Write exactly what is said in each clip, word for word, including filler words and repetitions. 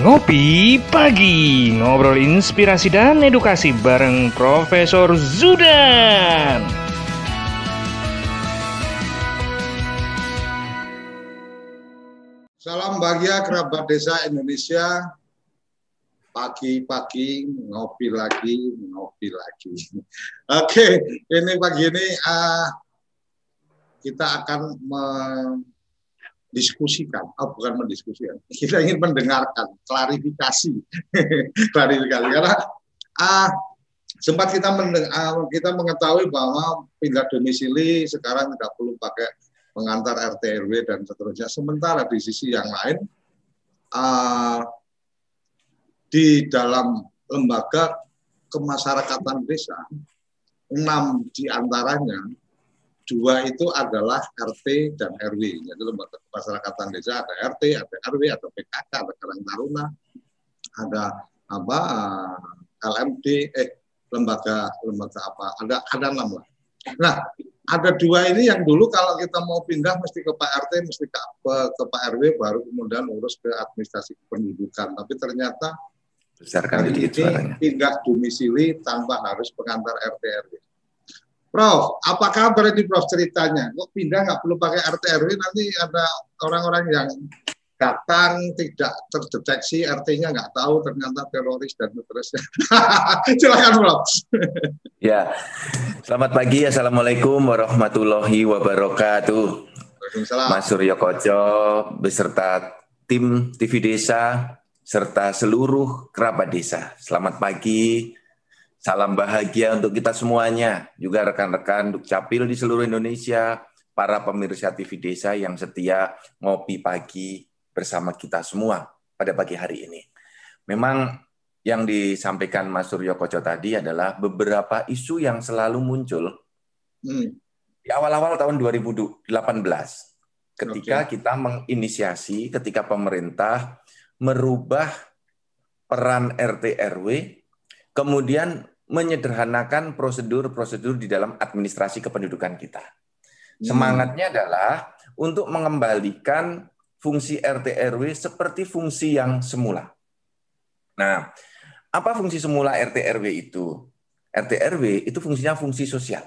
Ngopi Pagi, ngobrol inspirasi dan edukasi bareng Profesor Zudan. Salam bahagia kerabat desa Indonesia. Pagi-pagi ngopi lagi, ngopi lagi. Oke, ini pagi ini uh, kita akan mendiskusikan, oh bukan mendiskusikan, kita ingin mendengarkan klarifikasi, klarifikasi karena uh, sempat kita mendeng- uh, kita mengetahui bahwa pindah domisili sekarang tidak perlu pakai pengantar R T R W dan seterusnya. Sementara di sisi yang lain, uh, di dalam lembaga kemasyarakatan desa, enam diantaranya, dua itu adalah R T dan R W. Jadi lembaga kemasyarakatan desa ada R T, ada R W, ada P K K, ada Karang Taruna, ada apa L M D, eh lembaga lembaga apa? Ada ada enam lah. Nah, ada dua ini yang dulu kalau kita mau pindah mesti ke Pak R T, mesti ke, ke, ke Pak R W, baru kemudian urus ke administrasi kependudukan. Tapi ternyata besarkan ini pindah domisili tanpa harus pengantar R T R W. Prof, apa kabar ini Prof ceritanya? Kok pindah nggak perlu pakai R T R W, nanti ada orang-orang yang datang tidak terdeteksi, R T-nya nggak tahu, ternyata teroris dan seterusnya. Silakan Prof. Ya, selamat pagi, assalamualaikum warahmatullahi wabarakatuh. Mas Suryo Koco beserta tim T V Desa serta seluruh kerabat desa. Selamat pagi, salam bahagia untuk kita semuanya, juga rekan-rekan Dukcapil di seluruh Indonesia, para pemirsa T V Desa yang setia ngopi pagi bersama kita semua pada pagi hari ini. Memang yang disampaikan Mas Suryo Koco tadi adalah beberapa isu yang selalu muncul hmm. di awal-awal tahun dua ribu delapan belas, ketika okay. kita menginisiasi, ketika pemerintah merubah peran R T R W, kemudian menyederhanakan prosedur-prosedur di dalam administrasi kependudukan kita. Semangatnya hmm. adalah untuk mengembalikan fungsi R T R W seperti fungsi yang semula. Nah, apa fungsi semula R T R W itu? R T R W itu fungsinya fungsi sosial.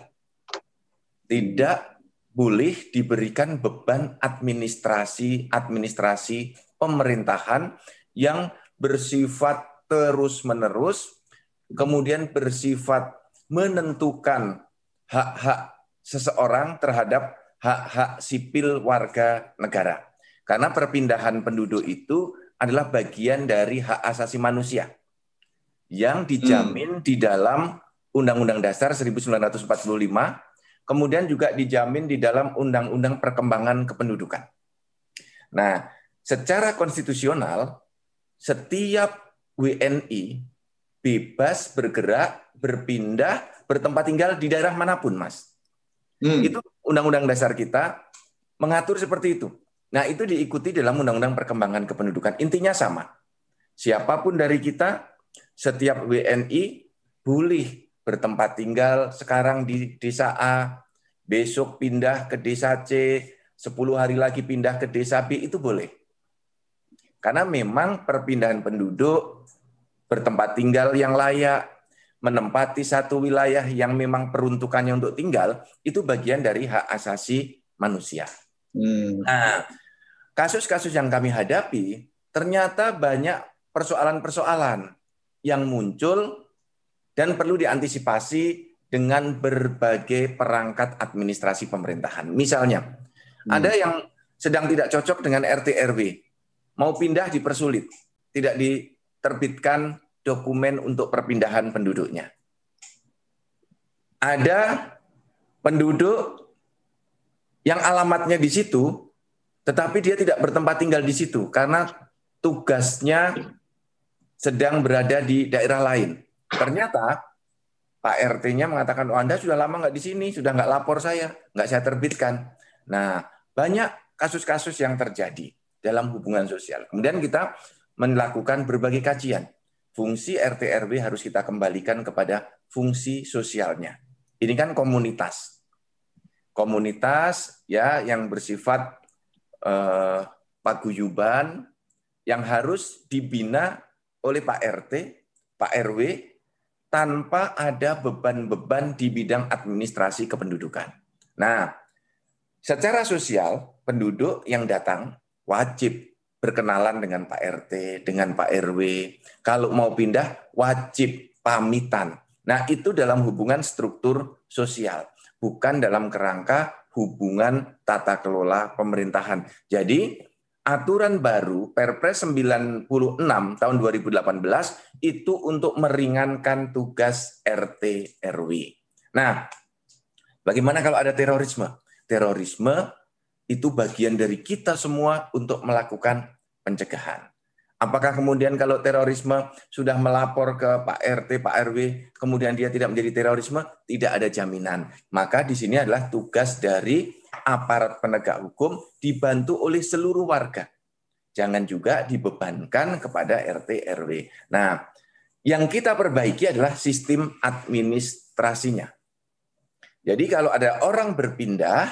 Tidak boleh diberikan beban administrasi administrasi pemerintahan yang bersifat terus-menerus, kemudian bersifat menentukan hak-hak seseorang terhadap hak-hak sipil warga negara. Karena perpindahan penduduk itu adalah bagian dari hak asasi manusia yang dijamin hmm. di dalam Undang-Undang Dasar seribu sembilan ratus empat puluh lima, kemudian juga dijamin di dalam Undang-Undang Perkembangan Kependudukan. Nah, secara konstitusional, setiap W N I bebas bergerak, berpindah, bertempat tinggal di daerah manapun, Mas. Hmm. Itu Undang-Undang Dasar kita mengatur seperti itu. Nah, itu diikuti dalam Undang-Undang Perkembangan Kependudukan. Intinya sama. Siapapun dari kita, setiap W N I boleh bertempat tinggal sekarang di desa A, besok pindah ke desa C, sepuluh hari lagi pindah ke desa B, itu boleh. Karena memang perpindahan penduduk, bertempat tinggal yang layak, menempati satu wilayah yang memang peruntukannya untuk tinggal, itu bagian dari hak asasi manusia. Hmm. Nah, kasus-kasus yang kami hadapi, ternyata banyak persoalan-persoalan yang muncul dan perlu diantisipasi dengan berbagai perangkat administrasi pemerintahan. Misalnya, hmm. ada yang sedang tidak cocok dengan R T R W, mau pindah dipersulit, tidak diterbitkan dokumen untuk perpindahan penduduknya. Ada penduduk yang alamatnya di situ, tetapi dia tidak bertempat tinggal di situ karena tugasnya sedang berada di daerah lain. Ternyata Pak R T-nya mengatakan, oh, Anda sudah lama nggak di sini, sudah nggak lapor saya, nggak saya terbitkan. Nah, banyak kasus-kasus yang terjadi dalam hubungan sosial. Kemudian kita melakukan berbagai kajian. Fungsi R T R W harus kita kembalikan kepada fungsi sosialnya. Ini kan komunitas. Komunitas ya yang bersifat eh, paguyuban, yang harus dibina oleh Pak R T, Pak R W, tanpa ada beban-beban di bidang administrasi kependudukan. Nah, secara sosial, penduduk yang datang wajib berkenalan dengan Pak R T, dengan Pak R W. Kalau mau pindah, wajib pamitan. Nah, itu dalam hubungan struktur sosial, bukan dalam kerangka hubungan tata kelola pemerintahan. Jadi, aturan baru Perpres sembilan puluh enam tahun dua ribu delapan belas itu untuk meringankan tugas R T R W. Nah, bagaimana kalau ada terorisme? Terorisme itu bagian dari kita semua untuk melakukan pencegahan. Apakah kemudian kalau terorisme sudah melapor ke Pak R T, Pak R W, kemudian dia tidak menjadi terorisme? Tidak ada jaminan. Maka di sini adalah tugas dari aparat penegak hukum dibantu oleh seluruh warga. Jangan juga dibebankan kepada R T R W. Nah, yang kita perbaiki adalah sistem administrasinya. Jadi kalau ada orang berpindah,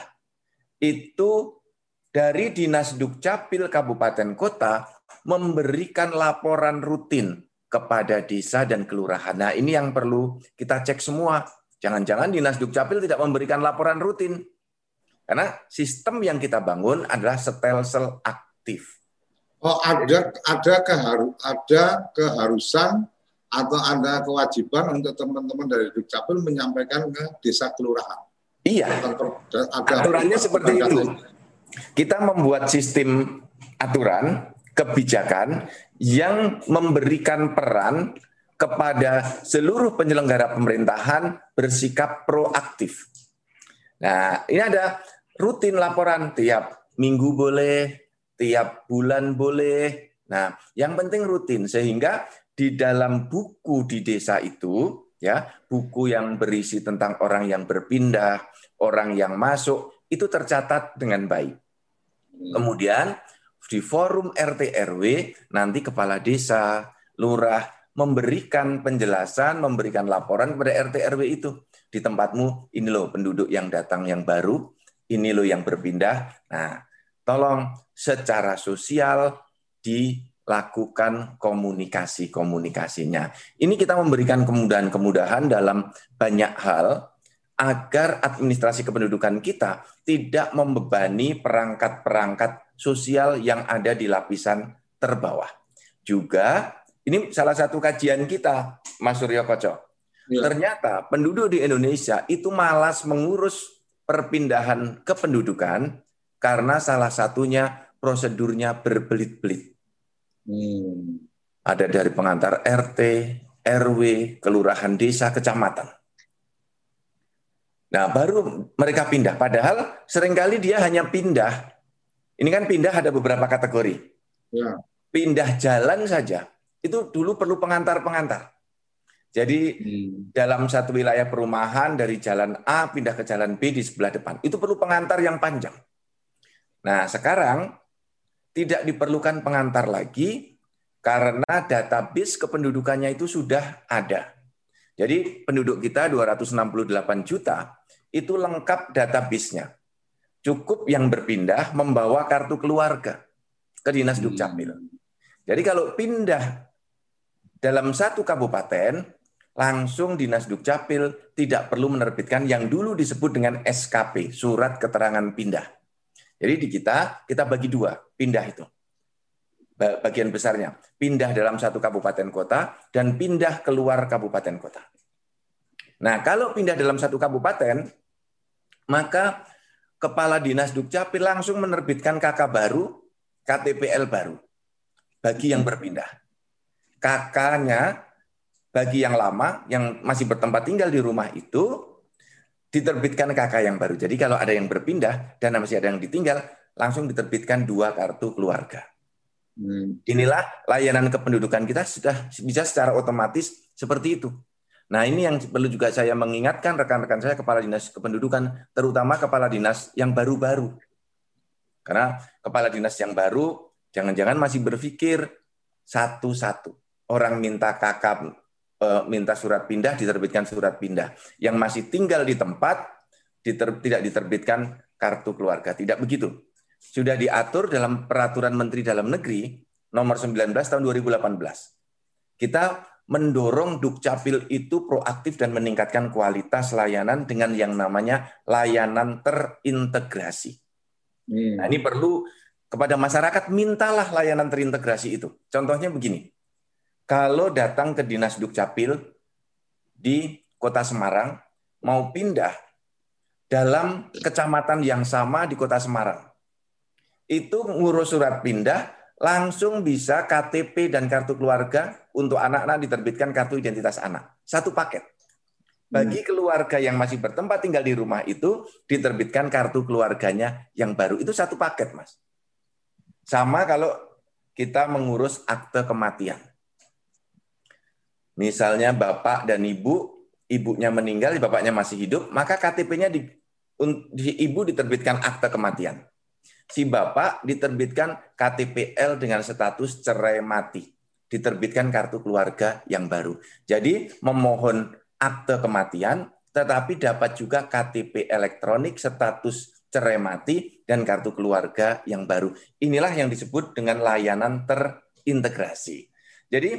itu dari Dinas Dukcapil Kabupaten Kota memberikan laporan rutin kepada desa dan kelurahan. Nah, ini yang perlu kita cek semua. Jangan-jangan Dinas Dukcapil tidak memberikan laporan rutin. Karena sistem yang kita bangun adalah stelsel aktif. Oh, ada ada keharu, ada keharusan atau ada kewajiban untuk teman-teman dari Dukcapil menyampaikan ke desa kelurahan. Iya. Ada aturannya seperti itu. Kita membuat sistem aturan kebijakan yang memberikan peran kepada seluruh penyelenggara pemerintahan bersikap proaktif. Nah, ini ada rutin laporan tiap minggu boleh, tiap bulan boleh. Nah, yang penting rutin sehingga di dalam buku di desa itu, ya, buku yang berisi tentang orang yang berpindah, orang yang masuk, itu tercatat dengan baik. Kemudian di forum R T R W nanti kepala desa, lurah memberikan penjelasan, memberikan laporan kepada R T R W itu. Di tempatmu ini loh penduduk yang datang yang baru, ini loh yang berpindah. Nah, tolong secara sosial dilakukan komunikasi-komunikasinya. Ini kita memberikan kemudahan-kemudahan dalam banyak hal agar administrasi kependudukan kita tidak membebani perangkat-perangkat sosial yang ada di lapisan terbawah. Juga, ini salah satu kajian kita, Mas Suryo Koco. Ya. Ternyata penduduk di Indonesia itu malas mengurus perpindahan kependudukan karena salah satunya prosedurnya berbelit-belit. Hmm. Ada dari pengantar R T, R W, kelurahan desa, kecamatan. Nah, baru mereka pindah. Padahal seringkali dia hanya pindah. Ini kan pindah ada beberapa kategori. Ya. Pindah jalan saja. Itu dulu perlu pengantar-pengantar. Jadi hmm. dalam satu wilayah perumahan dari jalan A pindah ke jalan B di sebelah depan. Itu perlu pengantar yang panjang. Nah, sekarang tidak diperlukan pengantar lagi karena database kependudukannya itu sudah ada. Jadi penduduk kita dua ratus enam puluh delapan juta, itu lengkap database-nya. Cukup yang berpindah membawa kartu keluarga ke Dinas Dukcapil. Jadi kalau pindah dalam satu kabupaten, langsung Dinas Dukcapil tidak perlu menerbitkan yang dulu disebut dengan S K P, Surat Keterangan Pindah. Jadi di kita, kita bagi dua, pindah itu. Bagian besarnya, pindah dalam satu kabupaten kota dan pindah keluar kabupaten kota. Nah, kalau pindah dalam satu kabupaten, maka Kepala Dinas Dukcapil langsung menerbitkan K K baru, K T P L baru, bagi yang berpindah. K K-nya bagi yang lama, yang masih bertempat tinggal di rumah itu, diterbitkan K K yang baru. Jadi kalau ada yang berpindah dan masih ada yang ditinggal, langsung diterbitkan dua kartu keluarga. Hmm. Inilah layanan kependudukan kita sudah bisa secara otomatis seperti itu. Nah, ini yang perlu juga saya mengingatkan rekan-rekan saya kepala dinas kependudukan, terutama kepala dinas yang baru-baru. Karena kepala dinas yang baru jangan-jangan masih berpikir satu-satu. Orang minta K K, minta surat pindah, diterbitkan surat pindah. Yang masih tinggal di tempat diter, tidak diterbitkan kartu keluarga. Tidak begitu. Sudah diatur dalam peraturan Menteri Dalam Negeri nomor sembilan belas tahun dua ribu delapan belas. Kita mendorong Dukcapil itu proaktif dan meningkatkan kualitas layanan dengan yang namanya layanan terintegrasi. Hmm. Nah, ini perlu kepada masyarakat, mintalah layanan terintegrasi itu. Contohnya begini, kalau datang ke Dinas Dukcapil di Kota Semarang, mau pindah dalam kecamatan yang sama di Kota Semarang, itu ngurus surat pindah, langsung bisa K T P dan kartu keluarga, untuk anak-anak diterbitkan kartu identitas anak. Satu paket. Bagi keluarga yang masih bertempat tinggal di rumah itu, diterbitkan kartu keluarganya yang baru. Itu satu paket, Mas. Sama kalau kita mengurus akte kematian. Misalnya bapak dan ibu, ibunya meninggal, bapaknya masih hidup, maka K T P-nya di, di ibu diterbitkan akte kematian. Si bapak diterbitkan K T P L dengan status cerai mati, diterbitkan kartu keluarga yang baru. Jadi memohon akte kematian, tetapi dapat juga K T P elektronik status cerai mati dan kartu keluarga yang baru. Inilah yang disebut dengan layanan terintegrasi. Jadi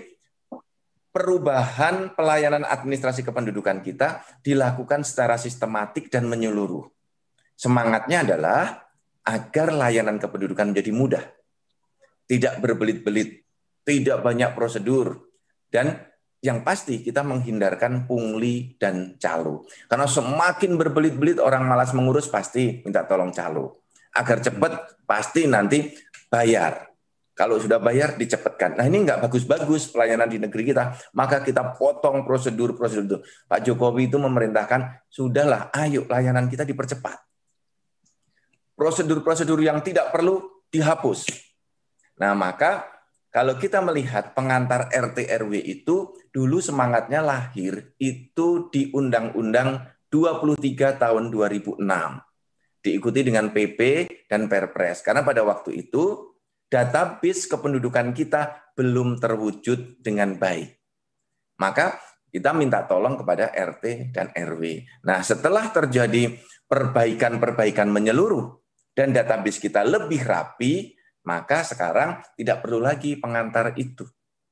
perubahan pelayanan administrasi kependudukan kita dilakukan secara sistematik dan menyeluruh. Semangatnya adalah agar layanan kependudukan menjadi mudah, tidak berbelit-belit, tidak banyak prosedur, dan yang pasti kita menghindarkan pungli dan calo. Karena semakin berbelit-belit orang malas mengurus, pasti minta tolong calo. Agar cepat, pasti nanti bayar. Kalau sudah bayar, dicepatkan. Nah, ini nggak bagus-bagus pelayanan di negeri kita. Maka kita potong prosedur-prosedur itu. Pak Jokowi itu memerintahkan, sudahlah, ayo layanan kita dipercepat. Prosedur-prosedur yang tidak perlu dihapus. Nah, maka kalau kita melihat pengantar R T R W itu, dulu semangatnya lahir itu di Undang-Undang dua puluh tiga tahun dua ribu enam. Diikuti dengan P P dan Perpres. Karena pada waktu itu, database kependudukan kita belum terwujud dengan baik. Maka kita minta tolong kepada R T dan R W. Nah, setelah terjadi perbaikan-perbaikan menyeluruh, dan database kita lebih rapi, maka sekarang tidak perlu lagi pengantar itu.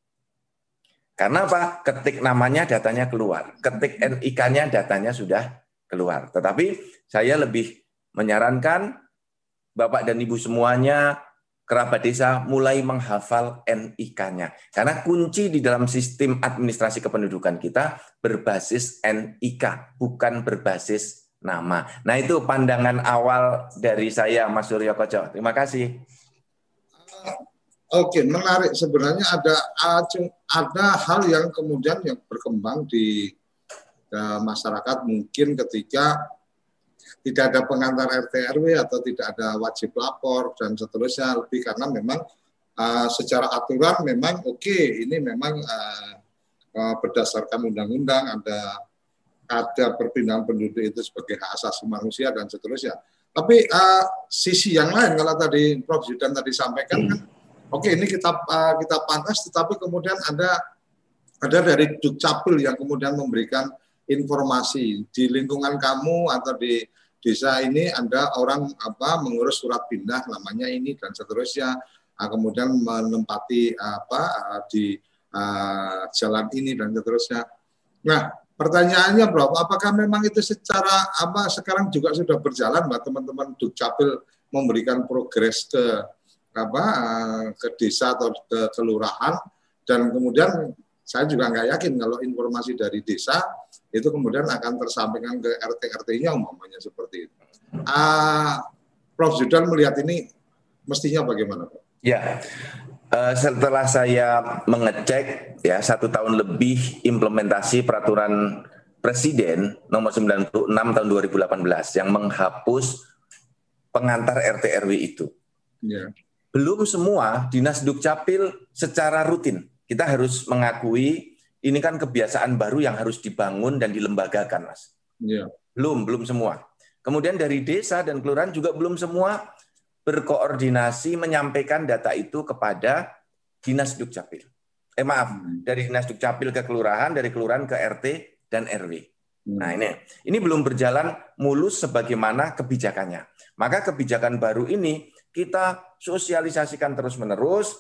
Karena apa? Ketik namanya, datanya keluar. Ketik N I K-nya, datanya sudah keluar. Tetapi saya lebih menyarankan Bapak dan Ibu semuanya, kerabat desa, mulai menghafal N I K-nya. Karena kunci di dalam sistem administrasi kependudukan kita berbasis N I K, bukan berbasis nama. Nah, itu pandangan awal dari saya, Mas Suryo Koco. Terima kasih. Oke, menarik. Sebenarnya ada ada hal yang kemudian yang berkembang di uh, masyarakat mungkin ketika tidak ada pengantar R T R W atau tidak ada wajib lapor dan seterusnya, lebih karena memang uh, secara aturan memang oke, okay, ini memang uh, uh, berdasarkan undang-undang ada ada perpindahan penduduk itu sebagai hak asasi manusia dan seterusnya. Tapi uh, sisi yang lain, kalau tadi Prof Zudan tadi sampaikan kan, oke okay, ini kita uh, kita pantas, tetapi kemudian ada ada dari Dukcapil yang kemudian memberikan informasi di lingkungan kamu atau di desa ini ada orang apa mengurus surat pindah namanya ini dan seterusnya, uh, kemudian menempati uh, apa uh, di uh, jalan ini dan seterusnya. Nah, pertanyaannya, Bro, apakah memang itu secara apa sekarang juga sudah berjalan, Mbak, teman-teman Dukcapil memberikan progres ke apa ke desa atau ke kelurahan, dan kemudian saya juga nggak yakin kalau informasi dari desa itu kemudian akan tersampaikan ke R T R T-nya umpamanya seperti itu. Uh, Prof Zudan melihat ini mestinya bagaimana, Pak? Ya. Uh, setelah saya mengecek ya satu tahun lebih implementasi peraturan Presiden nomor sembilan puluh enam tahun dua ribu delapan belas yang menghapus pengantar R T R W itu. Yeah. Belum semua Dinas Dukcapil secara rutin. Kita harus mengakui ini kan kebiasaan baru yang harus dibangun dan dilembagakan, Mas. Yeah. Belum, belum semua. Kemudian dari desa dan kelurahan juga belum semua berkoordinasi menyampaikan data itu kepada Dinas Dukcapil. Eh maaf, hmm. dari Dinas Dukcapil ke kelurahan, dari kelurahan ke R T dan R W. Hmm. Nah ini, ini belum berjalan mulus sebagaimana kebijakannya. Maka kebijakan baru ini kita sosialisasikan terus-menerus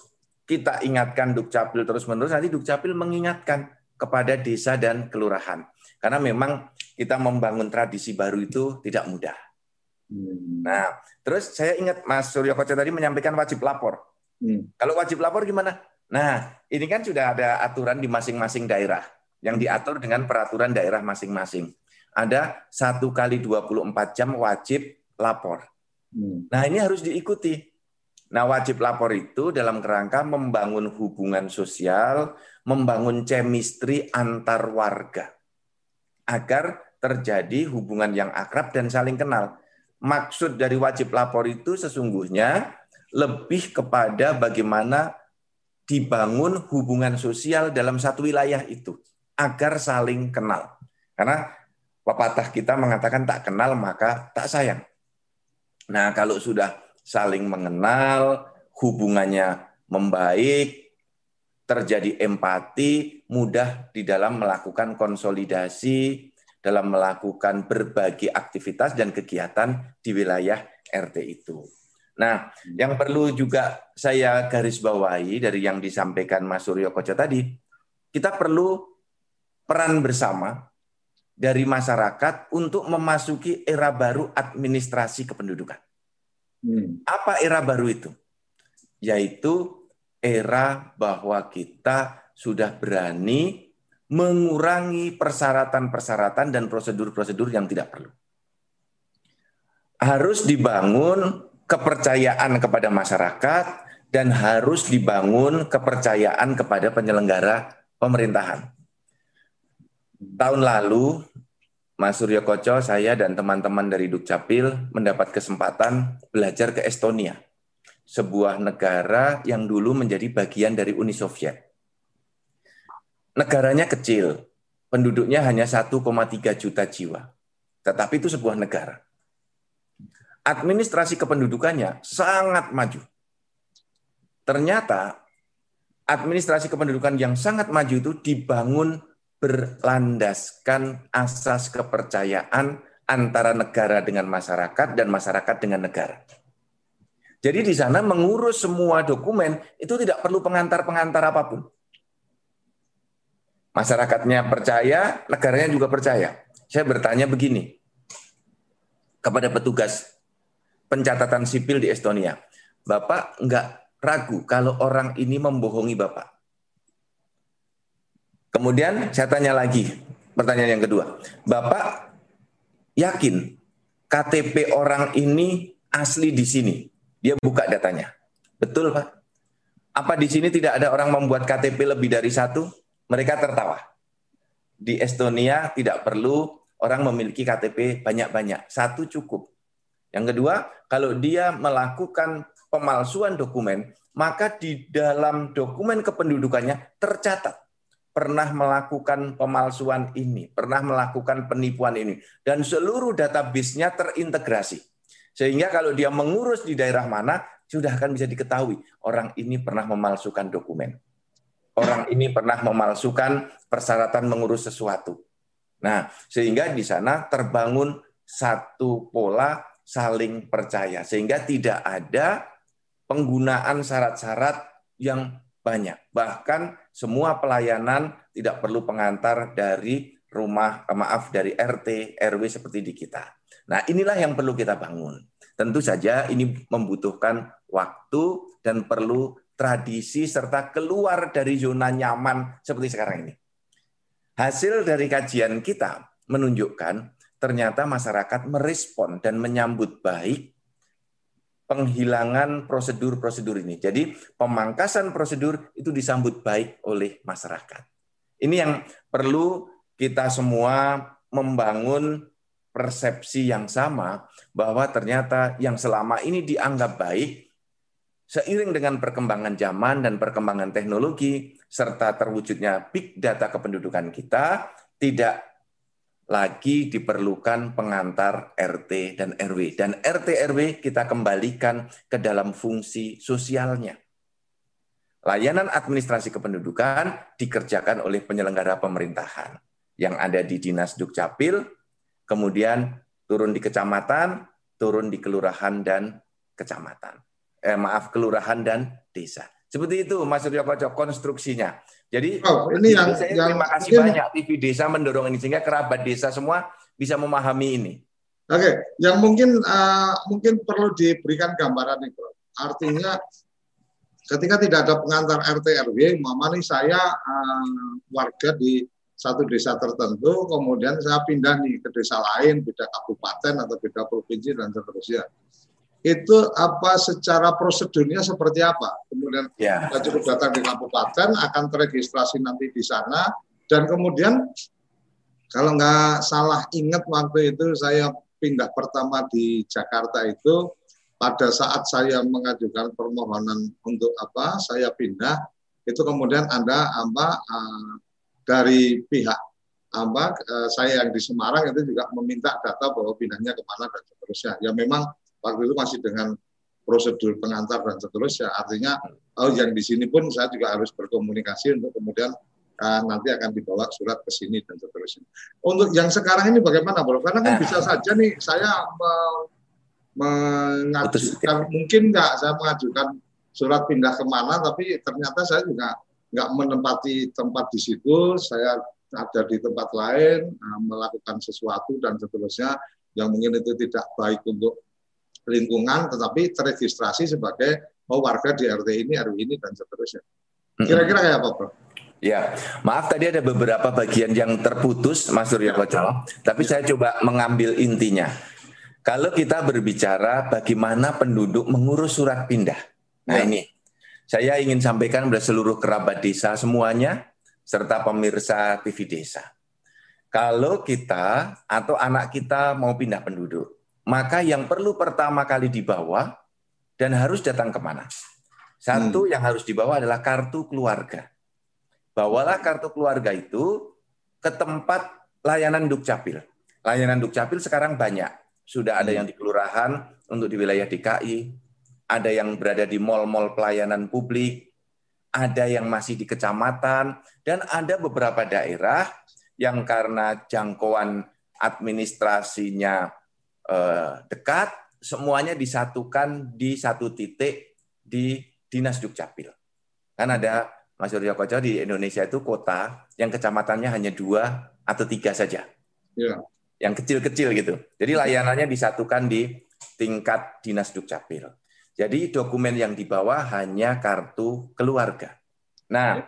kita ingatkan Dukcapil terus-menerus, nanti Dukcapil mengingatkan kepada desa dan kelurahan. Karena memang kita membangun tradisi baru itu tidak mudah. Hmm. Nah, terus saya ingat Mas Suryo Koco tadi menyampaikan wajib lapor. Hmm. Kalau wajib lapor gimana? Nah, ini kan sudah ada aturan di masing-masing daerah yang diatur dengan peraturan daerah masing-masing. Ada satu kali dua puluh empat jam wajib lapor. Hmm. Nah, ini harus diikuti. Nah, wajib lapor itu dalam kerangka membangun hubungan sosial, membangun chemistry antar warga, agar terjadi hubungan yang akrab dan saling kenal. Maksud dari wajib lapor itu sesungguhnya lebih kepada bagaimana dibangun hubungan sosial dalam satu wilayah itu, agar saling kenal. Karena pepatah kita mengatakan tak kenal maka tak sayang. Nah, kalau sudah saling mengenal, hubungannya membaik, terjadi empati, mudah di dalam melakukan konsolidasi, dalam melakukan berbagai aktivitas dan kegiatan di wilayah R T itu. Nah, yang perlu juga saya garis bawahi dari yang disampaikan Mas Suryo Koco tadi, kita perlu peran bersama dari masyarakat untuk memasuki era baru administrasi kependudukan. Hmm. Apa era baru itu? Yaitu era bahwa kita sudah berani mengurangi persyaratan-persyaratan dan prosedur-prosedur yang tidak perlu. Harus dibangun kepercayaan kepada masyarakat dan harus dibangun kepercayaan kepada penyelenggara pemerintahan. Tahun lalu, Mas Suryo Koco, saya dan teman-teman dari Dukcapil mendapat kesempatan belajar ke Estonia, sebuah negara yang dulu menjadi bagian dari Uni Soviet. Negaranya kecil, penduduknya hanya satu koma tiga juta jiwa, tetapi itu sebuah negara. Administrasi kependudukannya sangat maju. Ternyata administrasi kependudukan yang sangat maju itu dibangun berlandaskan asas kepercayaan antara negara dengan masyarakat dan masyarakat dengan negara. Jadi di sana mengurus semua dokumen itu tidak perlu pengantar-pengantar apapun. Masyarakatnya percaya, negaranya juga percaya. Saya bertanya begini kepada petugas pencatatan sipil di Estonia, Bapak enggak ragu kalau orang ini membohongi Bapak? Kemudian saya tanya lagi, pertanyaan yang kedua. Bapak yakin K T P orang ini asli di sini? Dia buka datanya. Betul, Pak. Apa di sini tidak ada orang membuat K T P lebih dari satu? Mereka tertawa. Di Estonia tidak perlu orang memiliki K T P banyak-banyak. Satu cukup. Yang kedua, kalau dia melakukan pemalsuan dokumen, maka di dalam dokumen kependudukannya tercatat pernah melakukan pemalsuan ini, pernah melakukan penipuan ini, dan seluruh database-nya terintegrasi. Sehingga kalau dia mengurus di daerah mana, sudah akan bisa diketahui orang ini pernah memalsukan dokumen. Orang ini pernah memalsukan persyaratan mengurus sesuatu. Nah, sehingga di sana terbangun satu pola saling percaya, sehingga tidak ada penggunaan syarat-syarat yang banyak. Bahkan semua pelayanan tidak perlu pengantar dari rumah, eh, maaf, dari R T, R W seperti di kita. Nah, inilah yang perlu kita bangun. Tentu saja ini membutuhkan waktu dan perlu tradisi serta keluar dari zona nyaman seperti sekarang ini. Hasil dari kajian kita menunjukkan ternyata masyarakat merespon dan menyambut baik penghilangan prosedur-prosedur ini. Jadi pemangkasan prosedur itu disambut baik oleh masyarakat. Ini yang perlu kita semua membangun persepsi yang sama bahwa ternyata yang selama ini dianggap baik seiring dengan perkembangan zaman dan perkembangan teknologi serta terwujudnya big data kependudukan kita tidak lagi diperlukan pengantar R T dan R W. Dan R T R W kita kembalikan ke dalam fungsi sosialnya. Layanan administrasi kependudukan dikerjakan oleh penyelenggara pemerintahan yang ada di Dinas Dukcapil, kemudian turun di kecamatan, turun di kelurahan dan kecamatan. Eh, maaf, kelurahan dan desa. Seperti itu Mas Suryo Koco konstruksinya. Jadi oh, ini yang, saya yang terima kasih mungkin, banyak T V Desa mendorong ini sehingga kerabat desa semua bisa memahami ini. Oke, okay. yang mungkin uh, mungkin perlu diberikan gambaran nih, Bro. Artinya ketika tidak ada pengantar R T R W, mama nih saya uh, warga di satu desa tertentu, kemudian saya pindah nih ke desa lain, beda kabupaten atau beda provinsi dan seterusnya. Itu apa secara prosedurnya seperti apa? Kemudian ya. Kita cukup datang di kabupaten, akan teregistrasi nanti di sana, dan kemudian kalau nggak salah ingat waktu itu saya pindah pertama di Jakarta itu, pada saat saya mengajukan permohonan untuk apa, saya pindah, itu kemudian ada apa uh, dari pihak apa uh, saya yang di Semarang itu juga meminta data bahwa pindahnya kemana dan seterusnya. Ya memang waktu itu masih dengan prosedur pengantar dan seterusnya. Artinya, oh yang di sini pun saya juga harus berkomunikasi untuk kemudian uh, nanti akan dibawa surat ke sini dan seterusnya. Untuk yang sekarang ini bagaimana, Bro? Karena kan bisa saja nih saya uh, mengajukan, mungkin nggak saya mengajukan surat pindah kemana, tapi ternyata saya juga nggak menempati tempat di situ, saya ada di tempat lain, uh, melakukan sesuatu dan seterusnya, yang mungkin itu tidak baik untuk lingkungan, tetapi teregistrasi sebagai oh, warga di R T ini, R W ini, dan seterusnya. Kira-kira kayak apa, Bro? Ya, maaf tadi ada beberapa bagian yang terputus, Mas Suryo Koco, tapi saya coba mengambil intinya. Kalau kita berbicara bagaimana penduduk mengurus surat pindah, nah ya. Ini saya ingin sampaikan kepada seluruh kerabat desa semuanya, serta pemirsa T V Desa. Kalau kita atau anak kita mau pindah penduduk, maka yang perlu pertama kali dibawa dan harus datang kemana? Satu hmm. yang harus dibawa adalah kartu keluarga. Bawalah kartu keluarga itu ke tempat layanan Dukcapil. Layanan Dukcapil sekarang banyak. Sudah ada yang di kelurahan untuk di wilayah D K I, ada yang berada di mal-mal pelayanan publik, ada yang masih di kecamatan, dan ada beberapa daerah yang karena jangkauan administrasinya eh, dekat, semuanya disatukan di satu titik di Dinas Dukcapil. Kan ada, Mas Suryo Koco, di Indonesia itu kota yang kecamatannya hanya dua atau tiga saja. Ya. Yang kecil-kecil gitu. Jadi layanannya disatukan di tingkat Dinas Dukcapil. Jadi dokumen yang dibawa hanya kartu keluarga. Nah,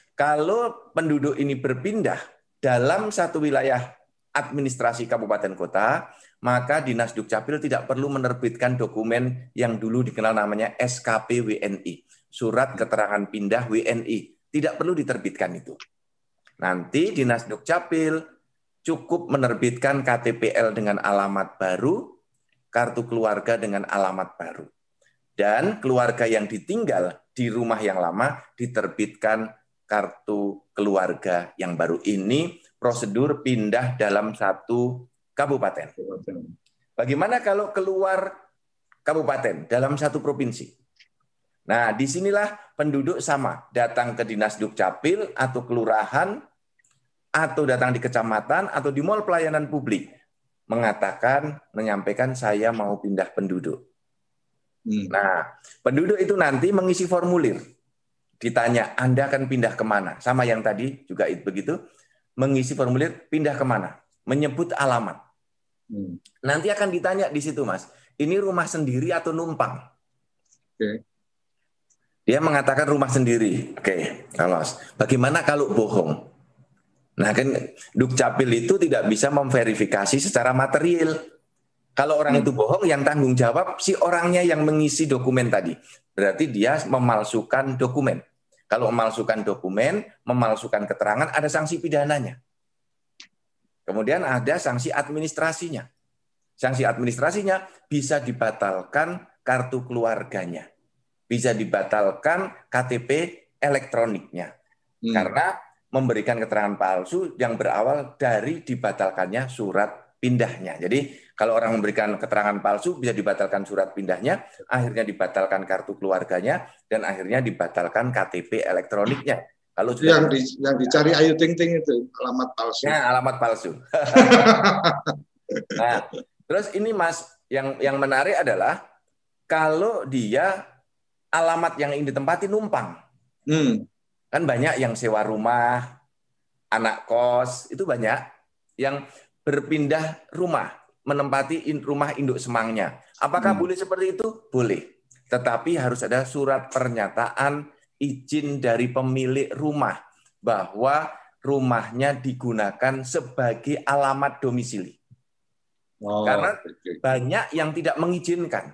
kalau penduduk ini berpindah dalam satu wilayah administrasi kabupaten kota, maka Dinas Dukcapil tidak perlu menerbitkan dokumen yang dulu dikenal namanya S K P W N I, Surat Keterangan Pindah W N I. Tidak perlu diterbitkan itu. Nanti Dinas Dukcapil cukup menerbitkan K T P L dengan alamat baru, kartu keluarga dengan alamat baru. Dan keluarga yang ditinggal di rumah yang lama diterbitkan kartu keluarga yang baru. Ini prosedur pindah dalam satu kabupaten. Bagaimana kalau keluar kabupaten dalam satu provinsi? Nah, disinilah penduduk sama. Datang ke Dinas Dukcapil atau kelurahan, atau datang di kecamatan atau di mal pelayanan publik, mengatakan, menyampaikan saya mau pindah penduduk. Hmm. Nah, penduduk itu nanti mengisi formulir. Ditanya, Anda akan pindah kemana? Sama yang tadi juga begitu, mengisi formulir pindah kemana? Menyebut alamat. Hmm. Nanti akan ditanya di situ, Mas, ini rumah sendiri atau numpang? Oke. Okay. Dia mengatakan rumah sendiri. Oke, okay. Bagaimana kalau bohong? Nah kan Dukcapil itu tidak bisa memverifikasi secara material. Kalau orang itu bohong, yang tanggung jawab si orangnya yang mengisi dokumen tadi. Berarti dia memalsukan dokumen. Kalau memalsukan dokumen, memalsukan keterangan, ada sanksi pidananya. Kemudian ada sanksi administrasinya. Sanksi administrasinya bisa dibatalkan kartu keluarganya. Bisa dibatalkan K T P elektroniknya. Hmm. Karena memberikan keterangan palsu yang berawal dari dibatalkannya surat pindahnya. Jadi kalau orang memberikan keterangan palsu bisa dibatalkan surat pindahnya, akhirnya dibatalkan kartu keluarganya, dan akhirnya dibatalkan K T P elektroniknya. Kalau sudah yang, di, yang dicari Ayu Ting Ting itu alamat palsu. Ya, alamat palsu. Nah, terus ini Mas, yang yang menarik adalah kalau dia alamat yang ingin ditempati numpang. Hmm. Kan banyak yang sewa rumah, anak kos, itu banyak yang berpindah rumah, menempati rumah induk semangnya. Apakah hmm. boleh seperti itu? Boleh. Tetapi harus ada surat pernyataan izin dari pemilik rumah bahwa rumahnya digunakan sebagai alamat domisili. Oh, karena okay. banyak yang tidak mengizinkan.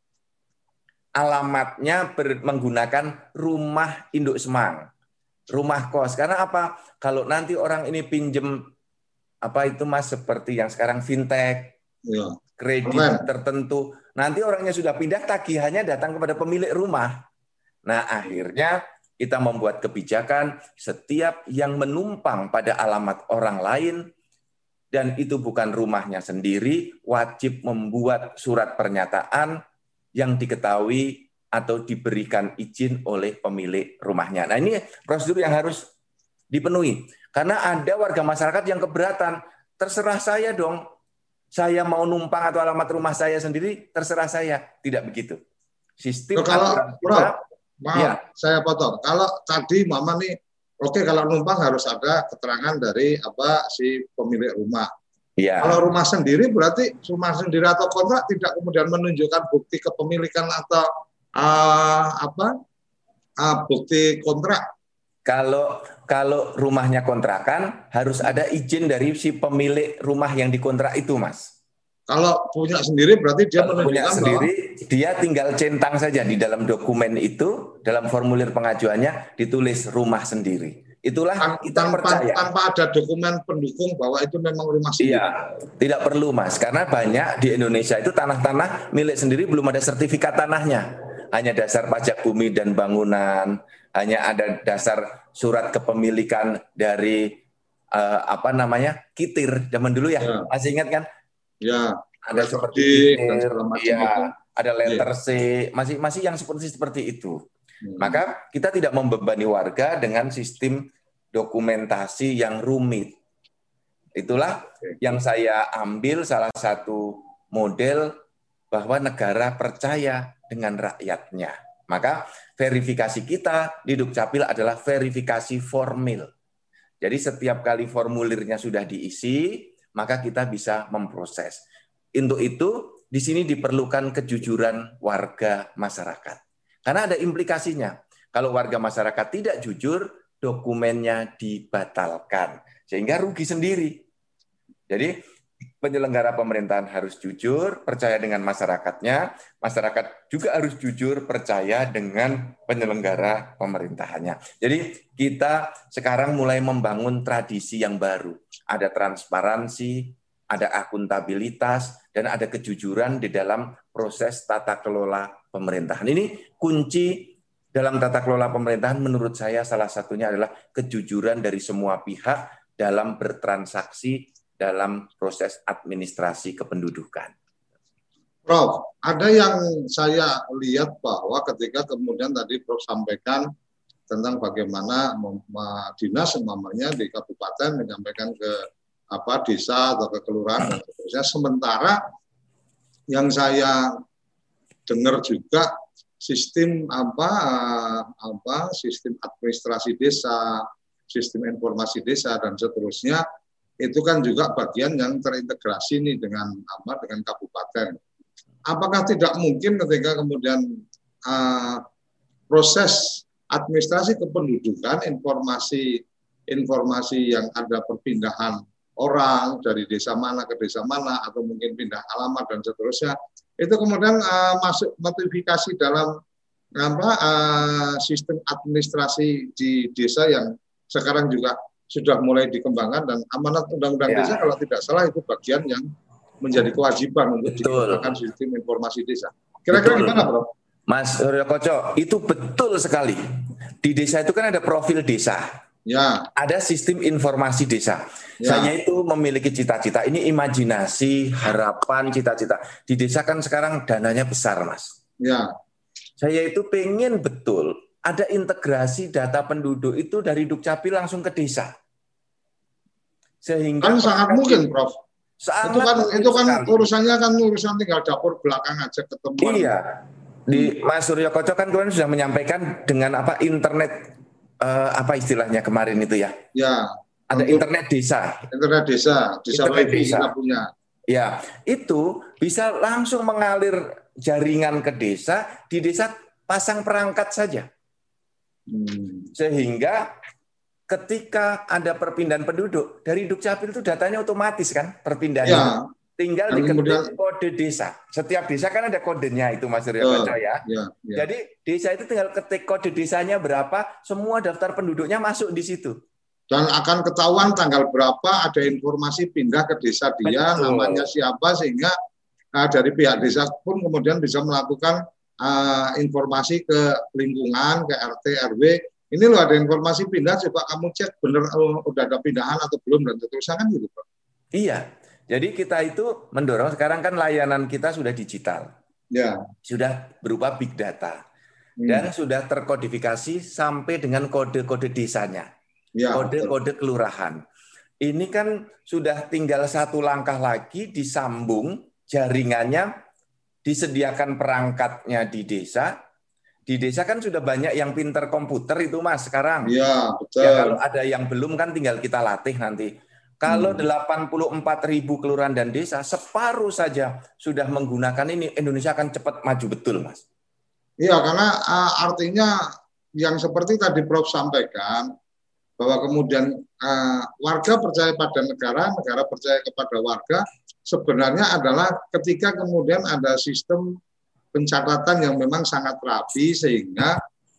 Alamatnya ber, menggunakan rumah induk semang, rumah kos. Karena apa? Kalau nanti orang ini pinjem apa itu Mas seperti yang sekarang fintech, ya. kredit Amen. tertentu, nanti orangnya sudah pindah, tagihannya datang kepada pemilik rumah. Nah, akhirnya kita membuat kebijakan setiap yang menumpang pada alamat orang lain dan itu bukan rumahnya sendiri, wajib membuat surat pernyataan yang diketahui atau diberikan izin oleh pemilik rumahnya. Nah, ini prosedur yang harus dipenuhi. Karena ada warga masyarakat yang keberatan, terserah saya dong, saya mau numpang atau alamat rumah saya sendiri, terserah saya. Tidak begitu. Sistem kalau, bro, mau ya. saya potong. Kalau tadi Mama nih, oke okay, kalau numpang harus ada keterangan dari apa si pemilik rumah. Ya. Kalau rumah sendiri berarti rumah sendiri atau kontrak tidak kemudian menunjukkan bukti kepemilikan atau uh, apa uh, bukti kontrak. Kalau kalau rumahnya kontrakan harus ada izin dari si pemilik rumah yang dikontrak itu, Mas. Kalau punya sendiri berarti dia kalau punya sendiri bahwa... dia tinggal centang saja di dalam dokumen itu, dalam formulir pengajuannya ditulis rumah sendiri. Itulah Tan kita tanpa, percaya. Tanpa ada dokumen pendukung bahwa itu memang rumah sendiri. Iya, tidak perlu Mas, karena banyak di Indonesia itu tanah-tanah milik sendiri belum ada sertifikat tanahnya. Hanya dasar pajak bumi dan bangunan, hanya ada dasar surat kepemilikan dari uh, apa namanya kitir zaman dulu ya, ya. Masih ingat kan? Ya. Ada seperti kitir, ya, ada letter ya. C, masih masih yang seperti seperti itu. Maka kita tidak membebani warga dengan sistem dokumentasi yang rumit. Itulah yang saya ambil salah satu model bahwa negara percaya dengan rakyatnya. Maka verifikasi kita di Dukcapil adalah verifikasi formil. Jadi setiap kali formulirnya sudah diisi, maka kita bisa memproses. Untuk itu, di sini diperlukan kejujuran warga masyarakat. Karena ada implikasinya. Kalau warga masyarakat tidak jujur, dokumennya dibatalkan. Sehingga rugi sendiri. Jadi penyelenggara pemerintahan harus jujur, percaya dengan masyarakatnya. Masyarakat juga harus jujur, percaya dengan penyelenggara pemerintahannya. Jadi kita sekarang mulai membangun tradisi yang baru. Ada transparansi, ada akuntabilitas, dan ada kejujuran di dalam proses tata kelola pemerintahan. Ini kunci dalam tata kelola pemerintahan menurut saya salah satunya adalah kejujuran dari semua pihak dalam bertransaksi dalam proses administrasi kependudukan. Prof, ada yang saya lihat bahwa ketika kemudian tadi Prof sampaikan tentang bagaimana dinas umpamanya di kabupaten menyampaikan ke apa desa atau ke kelurahan dan seterusnya, sementara yang saya dengar juga sistem apa apa sistem administrasi desa, sistem informasi desa dan seterusnya itu kan juga bagian yang terintegrasi nih dengan apa dengan kabupaten. Apakah tidak mungkin ketika kemudian uh, proses administrasi kependudukan, informasi informasi yang ada perpindahan orang dari desa mana ke desa mana atau mungkin pindah alamat dan seterusnya, itu kemudian uh, masuk notifikasi dalam apa uh, sistem administrasi di desa yang sekarang juga sudah mulai dikembangkan, dan amanat undang-undang ya. Desa kalau tidak salah itu bagian yang menjadi kewajiban untuk dikembangkan sistem informasi desa. Kira-kira gimana, Bro? Mas Suryo Koco, itu betul sekali. Di desa itu kan ada profil desa. Ya. Ada sistem informasi desa. Ya. Saya itu memiliki cita-cita. Ini imajinasi, harapan, cita-cita. Di desa kan sekarang dananya besar, Mas. Ya. Saya itu pengen betul ada integrasi data penduduk itu dari Dukcapil langsung ke desa. Sehingga kan sangat mungkin, Prof. Sangat itu kan itu kan sekali. Urusannya kan urusan tinggal dapur belakang aja ketemu. Iya. di Mas Suryo Koco kan kemarin sudah menyampaikan dengan apa internet eh, apa istilahnya kemarin itu ya? Ya. Ada internet desa. Internet desa, desa internet wifi desa. kita punya. Ya, itu bisa langsung mengalir jaringan ke desa, di desa pasang perangkat saja. Hmm. Sehingga ketika ada perpindahan penduduk, dari Dukcapil itu datanya otomatis kan, perpindahan. Ya. Tinggal diketik kemudian, kode desa. Setiap desa kan ada kodenya itu Mas Suryo Koco ya. Ya, ya. Jadi desa itu tinggal ketik kode desanya berapa, semua daftar penduduknya masuk di situ. Dan akan ketahuan tanggal berapa ada informasi pindah ke desa dia, betul, namanya siapa, sehingga uh, dari pihak desa pun kemudian bisa melakukan uh, informasi ke lingkungan, ke R T R W. Ini loh ada informasi pindah, coba kamu cek bener uh, udah ada pindahan atau belum, dan seterusnya kan gitu Pak. Iya, jadi kita itu mendorong, sekarang kan layanan kita sudah digital, ya, sudah berupa big data, hmm, dan sudah terkodifikasi sampai dengan kode-kode desanya. Ya, kode-kode kelurahan. Ini kan sudah tinggal satu langkah lagi disambung jaringannya, disediakan perangkatnya di desa. Di desa kan sudah banyak yang pinter komputer itu Mas sekarang. Iya, betul. Ya, kalau ada yang belum kan tinggal kita latih nanti. Kalau hmm. delapan puluh empat ribu kelurahan dan desa, separuh saja sudah menggunakan ini, Indonesia akan cepat maju betul Mas. Iya, karena uh, artinya yang seperti tadi Prof sampaikan, bahwa kemudian uh, warga percaya pada negara, negara percaya kepada warga, sebenarnya adalah ketika kemudian ada sistem pencatatan yang memang sangat rapi, sehingga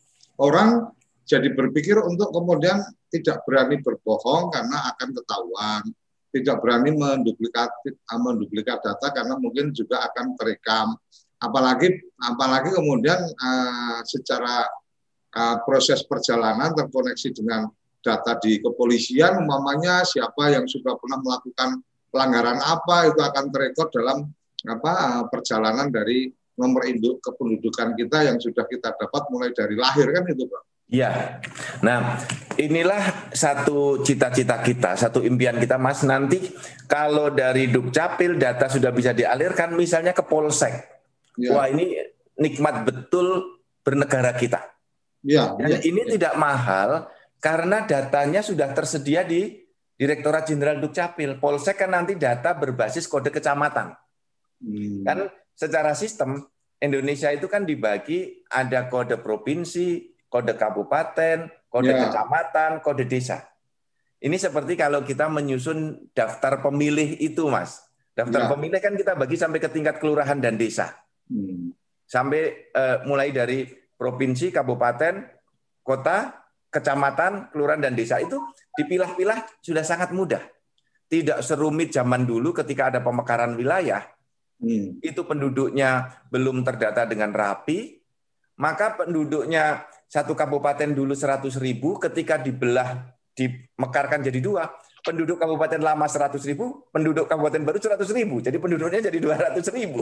orang jadi berpikir untuk kemudian tidak berani berbohong karena akan ketahuan, tidak berani menduplikat, menduplikat data karena mungkin juga akan terekam. Apalagi, apalagi kemudian uh, secara uh, proses perjalanan terkoneksi dengan data di kepolisian, umpamanya siapa yang sudah pernah melakukan pelanggaran apa, itu akan terekod dalam apa perjalanan dari nomor induk kependudukan kita yang sudah kita dapat mulai dari lahir kan itu Pak. Iya. Nah, inilah satu cita-cita kita, satu impian kita Mas, nanti kalau dari Dukcapil data sudah bisa dialirkan misalnya ke Polsek. Ya. Wah, ini nikmat betul bernegara kita. Ya, Dan ya, ini ya. tidak mahal, karena datanya sudah tersedia di Direktorat Jenderal Dukcapil. Polsek kan nanti data berbasis kode kecamatan. Hmm. Kan secara sistem Indonesia itu kan dibagi ada kode provinsi, kode kabupaten, kode ya. kecamatan, kode desa. Ini seperti kalau kita menyusun daftar pemilih itu Mas. Daftar ya. pemilih kan kita bagi sampai ke tingkat kelurahan dan desa. Hmm. Sampai uh, mulai dari provinsi, kabupaten, kota, kecamatan, kelurahan, dan desa itu dipilah-pilah sudah sangat mudah. Tidak serumit zaman dulu ketika ada pemekaran wilayah, hmm. itu penduduknya belum terdata dengan rapi, maka penduduknya satu kabupaten dulu seratus ribu, ketika dibelah, dimekarkan jadi dua, penduduk kabupaten lama seratus ribu, penduduk kabupaten baru seratus ribu, jadi penduduknya jadi dua ratus ribu.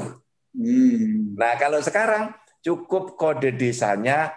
Hmm. Nah kalau sekarang cukup kode desanya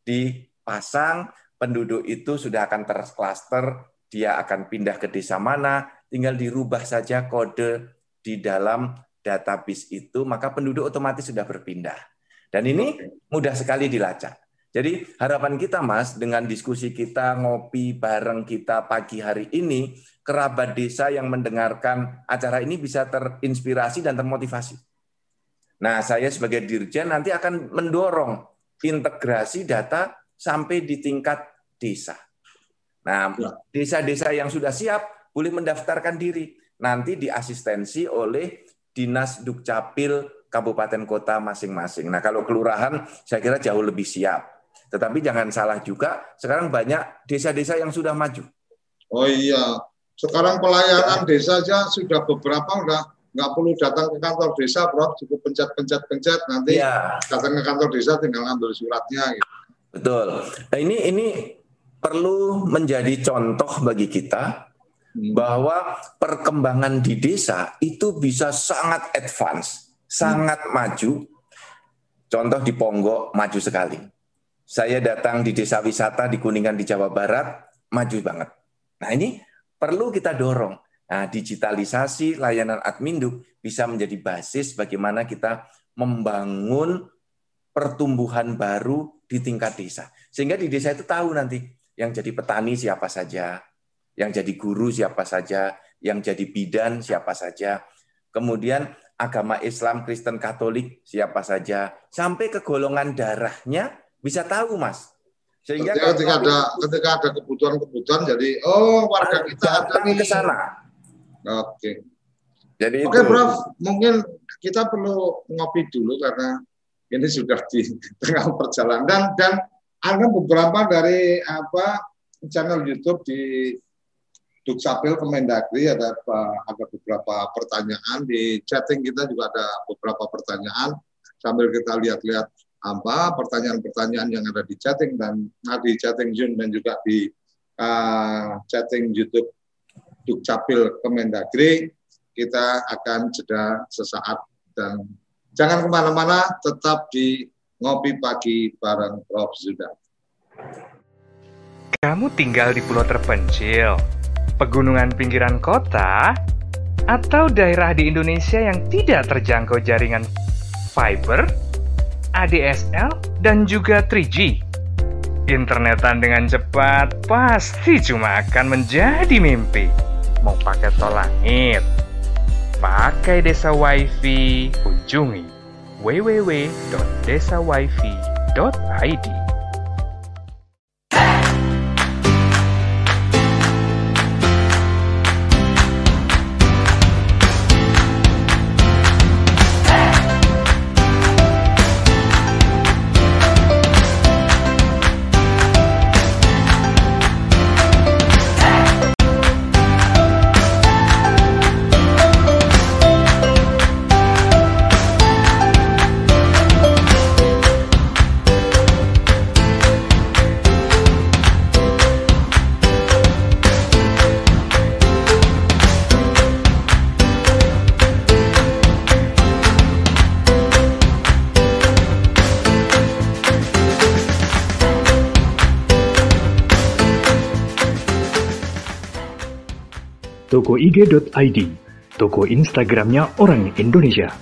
dipasang, penduduk itu sudah akan terklaster, dia akan pindah ke desa mana, tinggal dirubah saja kode di dalam database itu, maka penduduk otomatis sudah berpindah. Dan ini mudah sekali dilacak. Jadi harapan kita Mas, dengan diskusi kita, ngopi bareng kita pagi hari ini, kerabat desa yang mendengarkan acara ini bisa terinspirasi dan termotivasi. Nah saya sebagai Dirjen nanti akan mendorong integrasi data sampai di tingkat desa. Nah, desa-desa yang sudah siap boleh mendaftarkan diri. Nanti diasistensi oleh Dinas Dukcapil kabupaten kota masing-masing. Nah, kalau kelurahan saya kira jauh lebih siap. Tetapi jangan salah juga, sekarang banyak desa-desa yang sudah maju. Oh iya, sekarang pelayanan desa aja sudah beberapa udah nggak perlu datang ke kantor desa, Bro. Cukup pencet-pencet-pencet, nanti ya. Datang ke kantor desa tinggal ngambil suratnya gitu. Betul. Nah, ini ini perlu menjadi contoh bagi kita bahwa perkembangan di desa itu bisa sangat advance, sangat hmm. maju. Contoh di Ponggok maju sekali. Saya datang di desa wisata di Kuningan di Jawa Barat, maju banget. Nah ini perlu kita dorong. Nah, digitalisasi layanan Adminduk bisa menjadi basis bagaimana kita membangun pertumbuhan baru di tingkat desa. Sehingga di desa itu tahu nanti yang jadi petani siapa saja, yang jadi guru siapa saja, yang jadi bidan siapa saja, kemudian agama Islam, Kristen, Katolik siapa saja, sampai ke golongan darahnya bisa tahu, Mas. Sehingga ketika, ketika ada ketika ada kebutuhan-kebutuhan, jadi oh warga kita ada ke sana. Oke. Jadi Oke, Prof, mungkin kita perlu ngopi dulu karena ini sudah di tengah perjalanan dan dan ada beberapa dari apa channel YouTube di Dukcapil Kemendagri ada ada beberapa pertanyaan di chatting kita juga ada beberapa pertanyaan sambil kita lihat-lihat apa pertanyaan-pertanyaan yang ada di chatting dan nah, di chatting Zoom dan juga di uh, chatting YouTube Dukcapil Kemendagri. Kita akan jeda sesaat dan jangan kemana-mana, tetap di Ngopi Pagi bareng Prof Zudan. Kamu tinggal di pulau terpencil, pegunungan pinggiran kota, atau daerah di Indonesia yang tidak terjangkau jaringan fiber, A D S L, dan juga tiga G. Internetan dengan cepat pasti cuma akan menjadi mimpi. Mau pakai tol langit, pakai Desa Wifi, kunjungi w w w dot desa wifi dot i d. toko i g dot i d, toko Instagramnya orang Indonesia.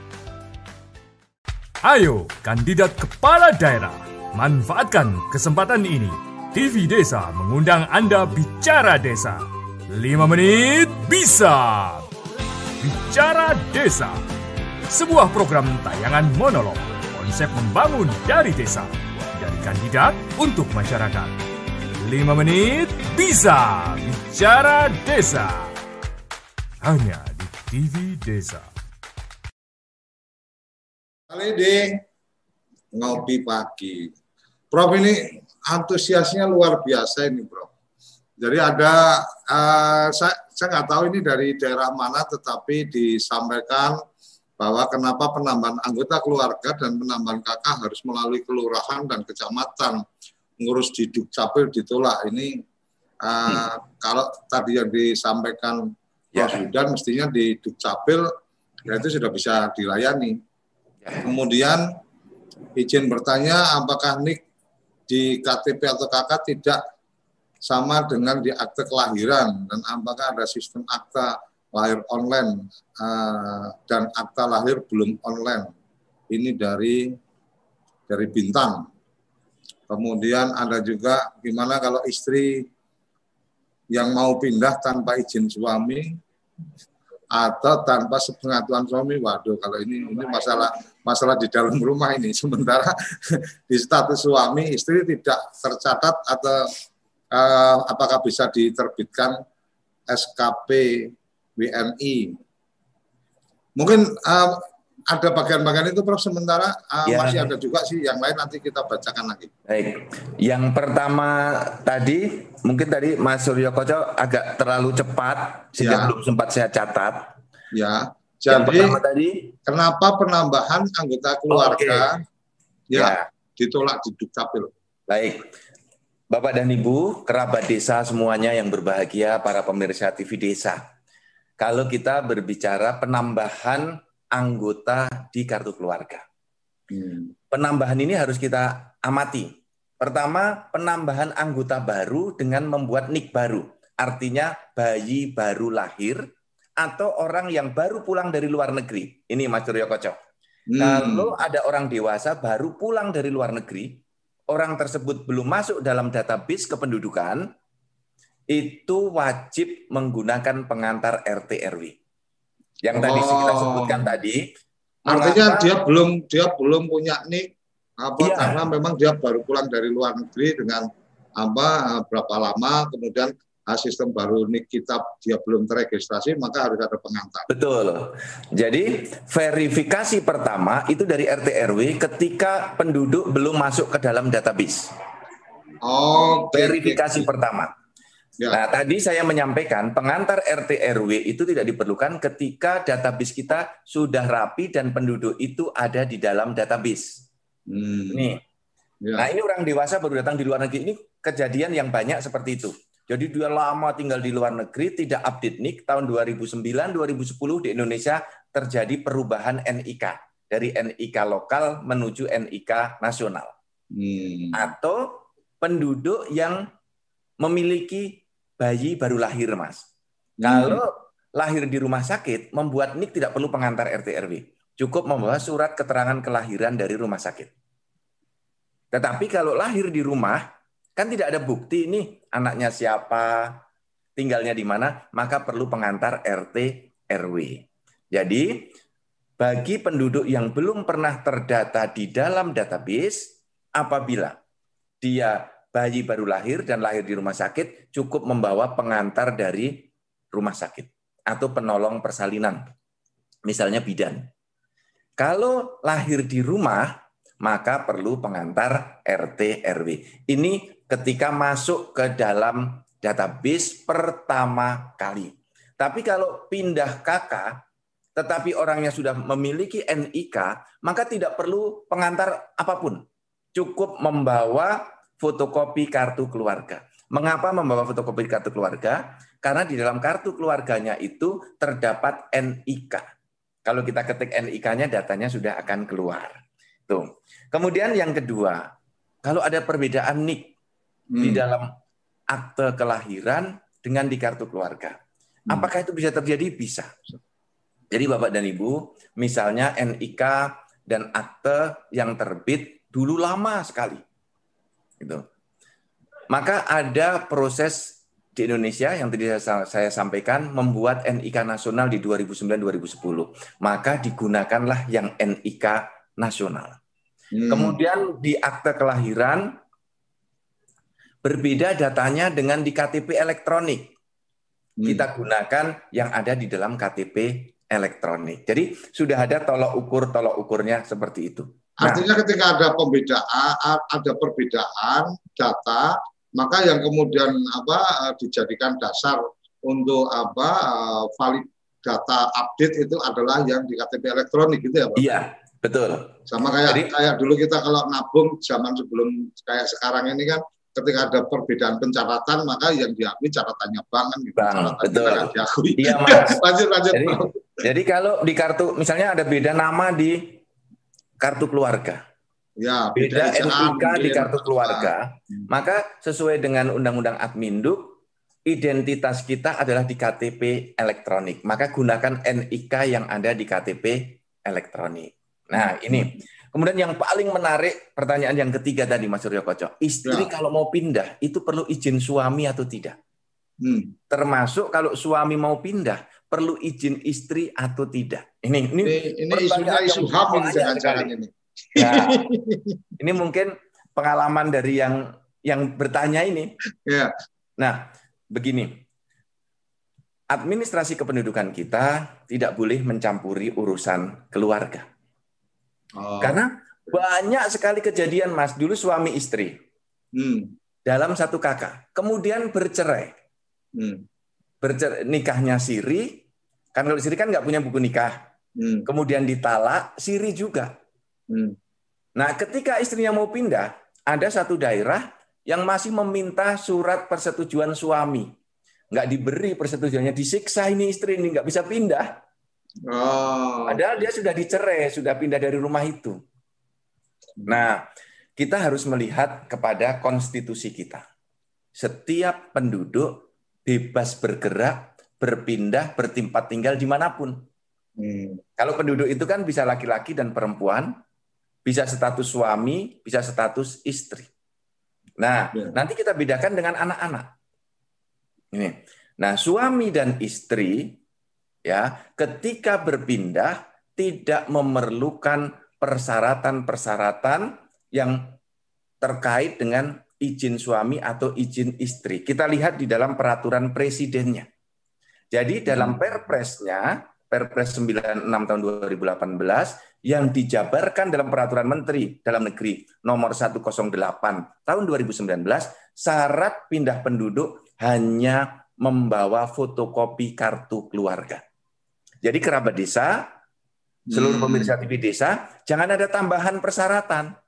Ayo, kandidat kepala daerah, manfaatkan kesempatan ini. T V Desa mengundang Anda bicara desa. lima menit bisa. Bicara Desa. Sebuah program tayangan monolog, konsep membangun dari desa. Dari kandidat untuk masyarakat. lima menit bisa. Bicara Desa. Hanya di T V Desa. Kali ini Ngopi Pagi. Prof ini antusiasnya luar biasa ini, Prof. Jadi ada, uh, saya saya nggak tahu ini dari daerah mana, tetapi disampaikan bahwa kenapa penambahan anggota keluarga dan penambahan kakak harus melalui kelurahan dan kecamatan, ngurus di Dukcapil ditolak. Ini uh, hmm. kalau tadi yang disampaikan Prof Zudan, mestinya di Dukcapil ya itu sudah bisa dilayani. Kemudian izin bertanya, apakah N I K di K T P atau K K tidak sama dengan di akte kelahiran, dan apakah ada sistem akta lahir online uh, dan akta lahir belum online? Ini dari dari Bintang. Kemudian ada juga gimana kalau istri yang mau pindah tanpa izin suami atau tanpa sepengetahuan suami. Waduh, kalau ini ini masalah masalah di dalam rumah ini. Sementara di status suami istri tidak tercatat atau uh, apakah bisa diterbitkan S K P W N I. Mungkin uh, ada bagian-bagian itu, Prof. Sementara uh, ya. Masih ada juga sih yang lain, nanti kita bacakan lagi. Baik. Yang pertama tadi, mungkin tadi Mas Suryo Koco agak terlalu cepat, sehingga ya. belum sempat saya catat. Ya. Jadi, tadi, kenapa penambahan anggota keluarga okay. ya, ya ditolak di Dukcapil? Baik. Bapak dan Ibu, kerabat desa semuanya yang berbahagia, para pemirsa T V Desa. Kalau kita berbicara penambahan anggota di kartu keluarga. Hmm. Penambahan ini harus kita amati. Pertama, penambahan anggota baru dengan membuat N I K baru. Artinya bayi baru lahir atau orang yang baru pulang dari luar negeri. Ini Mas Suryo Koco. Hmm. Kalau ada orang dewasa baru pulang dari luar negeri, orang tersebut belum masuk dalam database kependudukan, itu wajib menggunakan pengantar R T R W. Yang oh. tadi kita sebutkan tadi. Artinya mengapa, dia belum dia belum punya nik apa iya. karena memang dia baru pulang dari luar negeri dengan apa berapa lama, kemudian sistem baru nik kita dia belum terregistrasi, maka harus ada pengantar. Betul. Jadi verifikasi pertama itu dari R T R W ketika penduduk belum masuk ke dalam database. Oh, verifikasi okay. pertama. Ya. Nah, tadi saya menyampaikan pengantar R T R W itu tidak diperlukan ketika database kita sudah rapi dan penduduk itu ada di dalam database. Hmm. Nih. Ya. Nah, ini orang dewasa baru datang di luar negeri, ini kejadian yang banyak seperti itu. Jadi dia lama tinggal di luar negeri, tidak update nik. Tahun dua ribu sembilan dua ribu sepuluh di Indonesia terjadi perubahan N I K. Dari N I K lokal menuju N I K nasional. Hmm. Atau penduduk yang memiliki bayi baru lahir, Mas. Hmm. Kalau lahir di rumah sakit, membuat nik tidak perlu pengantar R T R W. Cukup membawa surat keterangan kelahiran dari rumah sakit. Tetapi kalau lahir di rumah, kan tidak ada bukti ini anaknya siapa, tinggalnya di mana, maka perlu pengantar R T R W. Jadi, bagi penduduk yang belum pernah terdata di dalam database, apabila dia bayi baru lahir dan lahir di rumah sakit, cukup membawa pengantar dari rumah sakit atau penolong persalinan, misalnya bidan. Kalau lahir di rumah, maka perlu pengantar R T R W. Ini ketika masuk ke dalam database pertama kali. Tapi kalau pindah K K, tetapi orangnya sudah memiliki N I K, maka tidak perlu pengantar apapun. Cukup membawa fotokopi kartu keluarga. Mengapa membawa fotokopi kartu keluarga? Karena di dalam kartu keluarganya itu terdapat N I K. Kalau kita ketik N I K-nya, datanya sudah akan keluar. Tuh. Kemudian yang kedua, kalau ada perbedaan nik hmm. di dalam akte kelahiran dengan di kartu keluarga, hmm. apakah itu bisa terjadi? Bisa. Jadi Bapak dan Ibu, misalnya N I K dan akte yang terbit dulu lama sekali, gitu. Maka ada proses di Indonesia yang tadi saya sampaikan, membuat N I K nasional di dua ribu sembilan dua ribu sepuluh. Maka digunakanlah yang N I K nasional. Hmm. Kemudian di akte kelahiran berbeda datanya dengan di K T P elektronik. Hmm. Kita gunakan yang ada di dalam K T P elektronik. Jadi sudah ada tolok ukur tolok ukurnya seperti itu. Nah, artinya ketika ada pembedaan, ada perbedaan data, maka yang kemudian apa dijadikan dasar untuk apa valid data update itu adalah yang di K T P elektronik gitu ya, Pak? Iya. Betul. Sama kayak Jadi, kayak dulu kita kalau nabung zaman sebelum kayak sekarang ini kan, ketika ada perbedaan pencatatan maka yang diakui catatannya bank kan gitu. Bang, betul. Diakui. Iya, Mas. lanjut lanjut. Jadi, jadi kalau di kartu misalnya ada beda nama di kartu keluarga. Ya, beda, beda N I K di kartu keluarga, hmm. maka sesuai dengan Undang-Undang Adminduk, identitas kita adalah di K T P elektronik. Maka gunakan N I K yang ada di K T P elektronik. Nah, ini. Kemudian yang paling menarik, pertanyaan yang ketiga tadi, Mas Suryo Koco. Istri ya. Kalau mau pindah, itu perlu izin suami atau tidak? Hmm. Termasuk kalau suami mau pindah, perlu izin istri atau tidak? Ini ini, ini, ini isunya isu H A M ini jangan-jangan ini. Nah, ini mungkin pengalaman dari yang yang bertanya ini. Ya. Nah, begini. Administrasi kependudukan kita tidak boleh mencampuri urusan keluarga. Oh. Karena banyak sekali kejadian, Mas. Dulu suami istri hmm. dalam satu kakak, kemudian bercerai. Hmm. Bercerai, nikahnya siri, kan kalau siri kan nggak punya buku nikah. Hmm. Kemudian ditalak, siri juga. Hmm. Nah, ketika istrinya mau pindah, ada satu daerah yang masih meminta surat persetujuan suami. Nggak diberi persetujuannya, disiksa ini istri ini nggak bisa pindah. Oh. Padahal dia sudah dicerai, sudah pindah dari rumah itu. Nah, kita harus melihat kepada konstitusi kita. Setiap penduduk bebas bergerak, berpindah, bertempat tinggal dimanapun. Hmm. Kalau penduduk itu kan bisa laki-laki dan perempuan, bisa status suami, bisa status istri. Nah, ya. Nanti kita bedakan dengan anak-anak. Ini. Nah, suami dan istri ya, ketika berpindah tidak memerlukan persyaratan-persyaratan yang terkait dengan izin suami atau izin istri. Kita lihat di dalam peraturan presidennya. Jadi dalam Perpresnya, Perpres sembilan puluh enam tahun dua ribu delapan belas yang dijabarkan dalam peraturan Menteri Dalam Negeri nomor seratus delapan tahun dua ribu sembilan belas, syarat pindah penduduk hanya membawa fotokopi kartu keluarga. Jadi kerabat desa, seluruh pemirsa T V Desa, jangan ada tambahan persyaratan.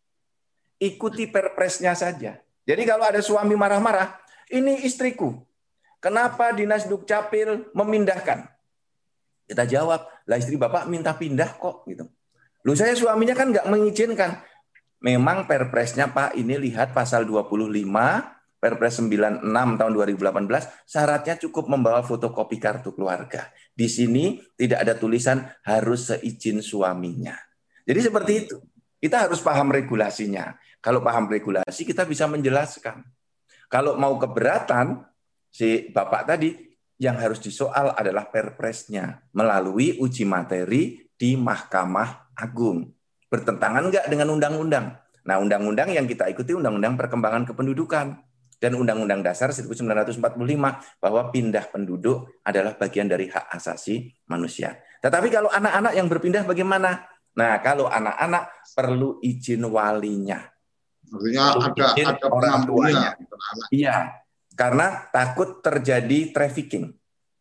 Ikuti Perpresnya saja. Jadi kalau ada suami marah-marah, ini istriku. Kenapa Dinas Dukcapil memindahkan? Kita jawab, lah istri Bapak minta pindah kok. Gitu. Loh saya suaminya kan nggak mengizinkan. Memang Perpresnya Pak, ini lihat pasal dua puluh lima, Perpres sembilan puluh enam tahun dua ribu delapan belas, syaratnya cukup membawa fotokopi kartu keluarga. Di sini tidak ada tulisan harus seizin suaminya. Jadi seperti itu. Kita harus paham regulasinya. Kalau paham regulasi, kita bisa menjelaskan. Kalau mau keberatan, si Bapak tadi, yang harus disoal adalah Perpresnya melalui uji materi di Mahkamah Agung. Bertentangan nggak dengan undang-undang? Nah, undang-undang yang kita ikuti Undang-Undang Perkembangan Kependudukan dan Undang-Undang Dasar seribu sembilan ratus empat puluh lima bahwa pindah penduduk adalah bagian dari hak asasi manusia. Tetapi kalau anak-anak yang berpindah bagaimana? Nah, kalau anak-anak perlu izin walinya. Artinya ada ada orang tuanya. Iya. Karena takut terjadi trafficking,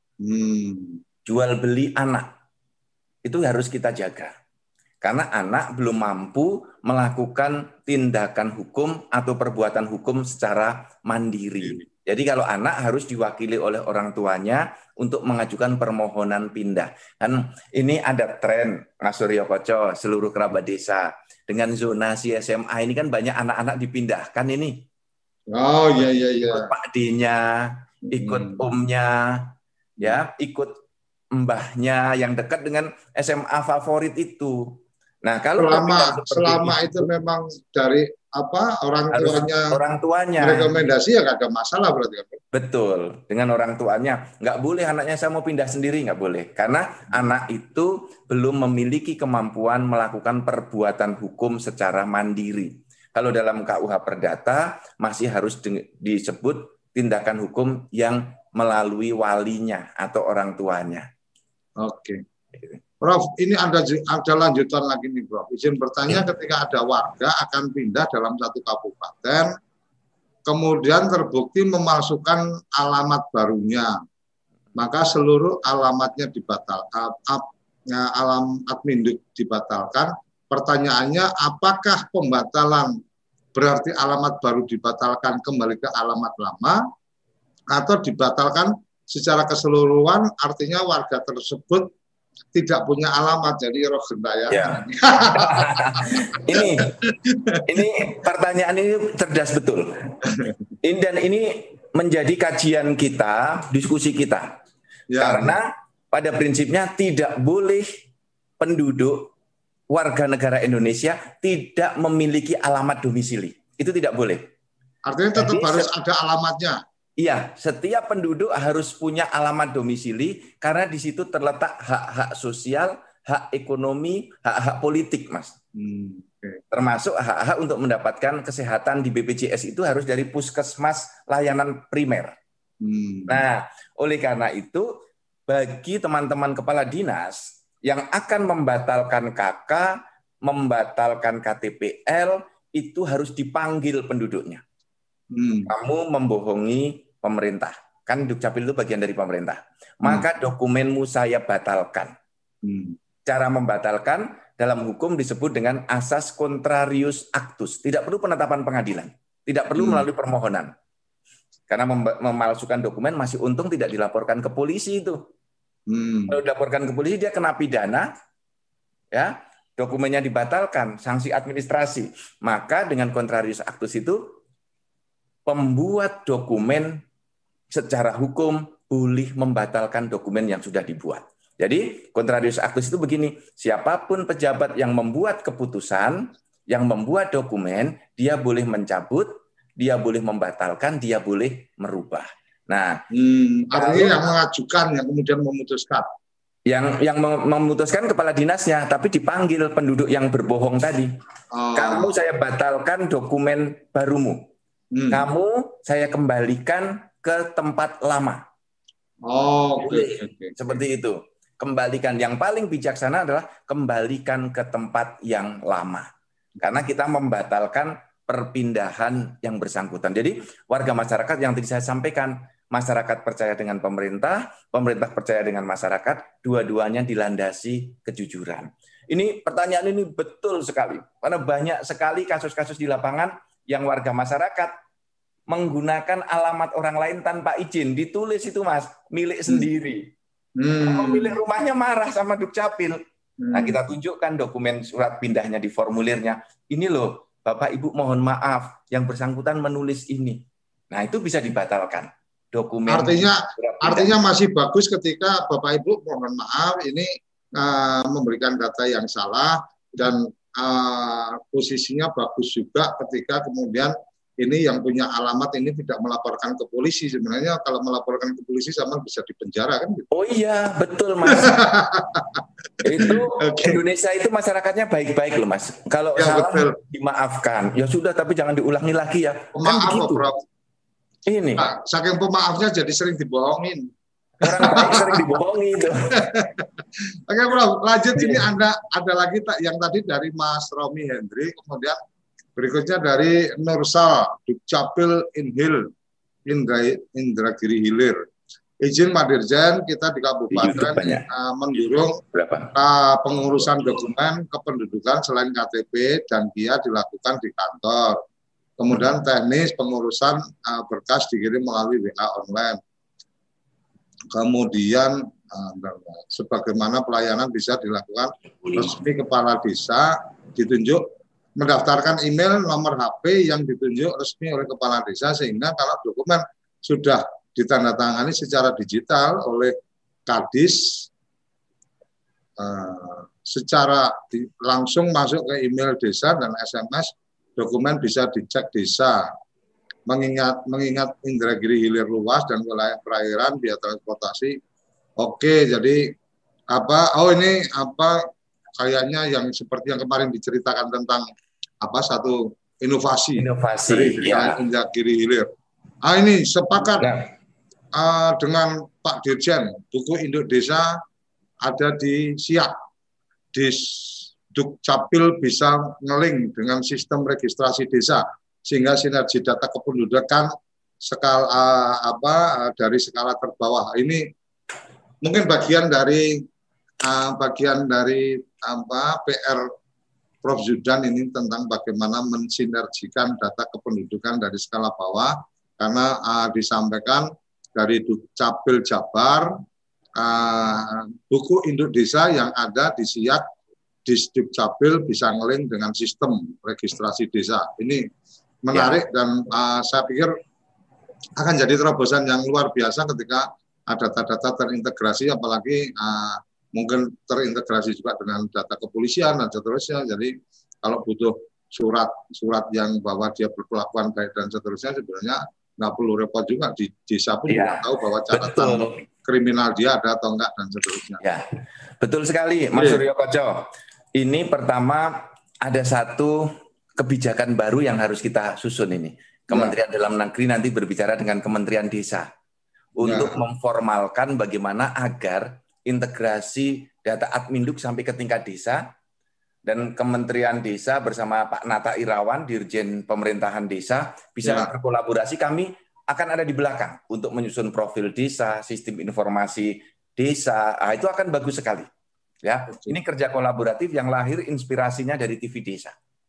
hmm. jual beli anak, itu harus kita jaga. Karena anak belum mampu melakukan tindakan hukum atau perbuatan hukum secara mandiri. Jadi kalau anak harus diwakili oleh orang tuanya untuk mengajukan permohonan pindah. Kan ini ada tren, Mas Suryo Koco, seluruh kerabat desa. Dengan zonasi S M A ini kan banyak anak-anak dipindahkan ini. Oh iya iya iya. Ikut Pak D-nya, ikut hmm. Om-nya, ya, ikut mbahnya yang dekat dengan S M A favorit itu. Nah, kalau selama selama itu, itu memang dari apa orang tuanya orang tuanya rekomendasi ya nggak ada masalah berarti. Betul, dengan orang tuanya nggak boleh anaknya saya mau pindah sendiri, nggak boleh karena hmm. anak itu belum memiliki kemampuan melakukan perbuatan hukum secara mandiri. Kalau dalam K U H Perdata masih harus disebut tindakan hukum yang melalui walinya atau orang tuanya. Oke. Prof, ini ada ada lanjutan lagi nih, Prof. Izin bertanya, ketika ada warga akan pindah dalam satu kabupaten, kemudian terbukti memalsukan alamat barunya, maka seluruh alamatnya dibatalkan, alam admin dibatalkan. Pertanyaannya, apakah pembatalan berarti alamat baru dibatalkan kembali ke alamat lama, atau dibatalkan secara keseluruhan, artinya warga tersebut tidak punya alamat, jadi roh gendaya. Ya. ini, ini pertanyaan ini cerdas betul. Ini, dan ini menjadi kajian kita, diskusi kita. Ya. Karena pada prinsipnya tidak boleh penduduk warga negara Indonesia tidak memiliki alamat domisili. Itu tidak boleh. Artinya tetap Jadi, harus ada alamatnya. Iya, setiap penduduk harus punya alamat domisili karena di situ terletak hak-hak sosial, hak ekonomi, hak-hak politik, Mas. Hmm, okay. Termasuk hak-hak untuk mendapatkan kesehatan di B P J S itu harus dari puskesmas layanan primer. Hmm. Nah, oleh karena itu bagi teman-teman kepala dinas yang akan membatalkan K K, membatalkan K T P L, itu harus dipanggil penduduknya. Hmm. Kamu membohongi pemerintah. Kan Dukcapil itu bagian dari pemerintah. Maka hmm. dokumenmu saya batalkan. Hmm. Cara membatalkan dalam hukum disebut dengan asas contrarius actus. Tidak perlu penetapan pengadilan. Tidak perlu hmm. melalui permohonan. Karena mem- memalsukan dokumen masih untung tidak dilaporkan ke polisi itu. Hmm. Kalau dilaporkan ke polisi dia kena pidana, ya, dokumennya dibatalkan, sanksi administrasi. Maka dengan contrarius actus itu pembuat dokumen secara hukum boleh membatalkan dokumen yang sudah dibuat. Jadi contrarius actus itu begini, siapapun pejabat yang membuat keputusan, yang membuat dokumen, dia boleh mencabut, dia boleh membatalkan, dia boleh merubah. Nah, hmm, artinya yang mengajukan, yang kemudian memutuskan. Yang yang memutuskan kepala dinasnya, tapi dipanggil penduduk yang berbohong tadi. Oh. Kamu saya batalkan dokumen barumu. Hmm. Kamu saya kembalikan ke tempat lama. Oh, oke. Okay, okay. Seperti itu. Kembalikan, yang paling bijaksana adalah kembalikan ke tempat yang lama. Karena kita membatalkan perpindahan yang bersangkutan. Jadi warga masyarakat yang tadi saya sampaikan, masyarakat percaya dengan pemerintah, pemerintah percaya dengan masyarakat, dua-duanya dilandasi kejujuran. Ini pertanyaan ini betul sekali. Karena banyak sekali kasus-kasus di lapangan yang warga masyarakat menggunakan alamat orang lain tanpa izin. Ditulis itu Mas, milik sendiri. Hmm. Pemilik rumahnya marah sama Dukcapil. Hmm. Nah, kita tunjukkan dokumen surat pindahnya di formulirnya. Ini loh, Bapak Ibu mohon maaf, yang bersangkutan menulis ini. Nah, itu bisa dibatalkan. Dokumen. Artinya, artinya masih bagus ketika Bapak Ibu mohon maaf, ini uh, memberikan data yang salah dan uh, posisinya bagus juga ketika kemudian ini yang punya alamat ini tidak melaporkan ke polisi. Sebenarnya kalau melaporkan ke polisi sama bisa dipenjara kan gitu. Oh iya, betul Mas. Itu okay. Indonesia itu masyarakatnya baik-baik loh Mas. Kalau ya, salah betul. Dimaafkan. Ya sudah, tapi jangan diulangi lagi ya. Pemaaf kan gitu. Bro. Ini. Nah, saking pemaafnya jadi sering dibohongin. Orang baik sering dibohongi itu. Oke Bro, lanjut ini Anda ada lagi tak yang tadi dari Mas Romi Hendri, kemudian berikutnya dari Nursal, Dukcapil Inhil, Indra, Indragiri Hilir. Izin Pak Dirjen, kita di Kabupaten uh, mendorong uh, pengurusan dokumen kependudukan selain K T P dan dia dilakukan di kantor. Kemudian teknis pengurusan uh, berkas dikirim melalui W A online. Kemudian uh, sebagaimana pelayanan bisa dilakukan resmi kepala desa ditunjuk mendaftarkan email nomor H P yang ditunjuk resmi oleh kepala desa, sehingga kalau dokumen sudah ditandatangani secara digital oleh Kadis uh, secara di, langsung masuk ke email desa dan S M S, dokumen bisa dicek desa. Mengingat mengingat Indragiri Hilir luas dan wilayah perairan biaya transportasi. Oke, jadi apa? Oh ini apa? Kayaknya yang seperti yang kemarin diceritakan tentang apa satu inovasi, inovasi dari ya. Indragiri Hilir. Ah ini sepakat ya. uh, dengan Pak Dirjen, buku Induk Desa ada di Siak, di Dukcapil bisa ngeling dengan sistem registrasi desa sehingga sinergi data kependudukan skala uh, apa uh, dari skala terbawah. Ini mungkin bagian dari uh, bagian dari apa P R Prof Zudan ini tentang bagaimana mensinergikan data kependudukan dari skala bawah, karena uh, disampaikan dari Dukcapil Jabar, uh, buku Induk Desa yang ada di Siak di Dukcapil bisa ngeling dengan sistem registrasi desa. Ini menarik ya. Dan uh, saya pikir akan jadi terobosan yang luar biasa ketika ada data-data terintegrasi, apalagi uh, mungkin terintegrasi juga dengan data kepolisian dan seterusnya. Jadi kalau butuh surat-surat yang bahwa dia berkelakuan baik dan seterusnya, sebenarnya nggak perlu repot juga, di desa pun ya, tahu bahwa catatan betul. Kriminal dia ada atau enggak dan seterusnya. Ya, betul sekali, Mas Suryo Koco. Ini pertama ada satu kebijakan baru yang harus kita susun ini. Kementerian ya. Dalam Negeri nanti berbicara dengan Kementerian Desa untuk ya. Memformalkan bagaimana agar integrasi data Adminduk sampai ke tingkat desa, dan Kementerian Desa bersama Pak Nata Irawan, Dirjen Pemerintahan Desa, bisa ya. Berkolaborasi. Kami akan ada di belakang untuk menyusun profil desa, sistem informasi desa. Nah, itu akan bagus sekali. Ya, ini kerja kolaboratif yang lahir inspirasinya dari T V Desa.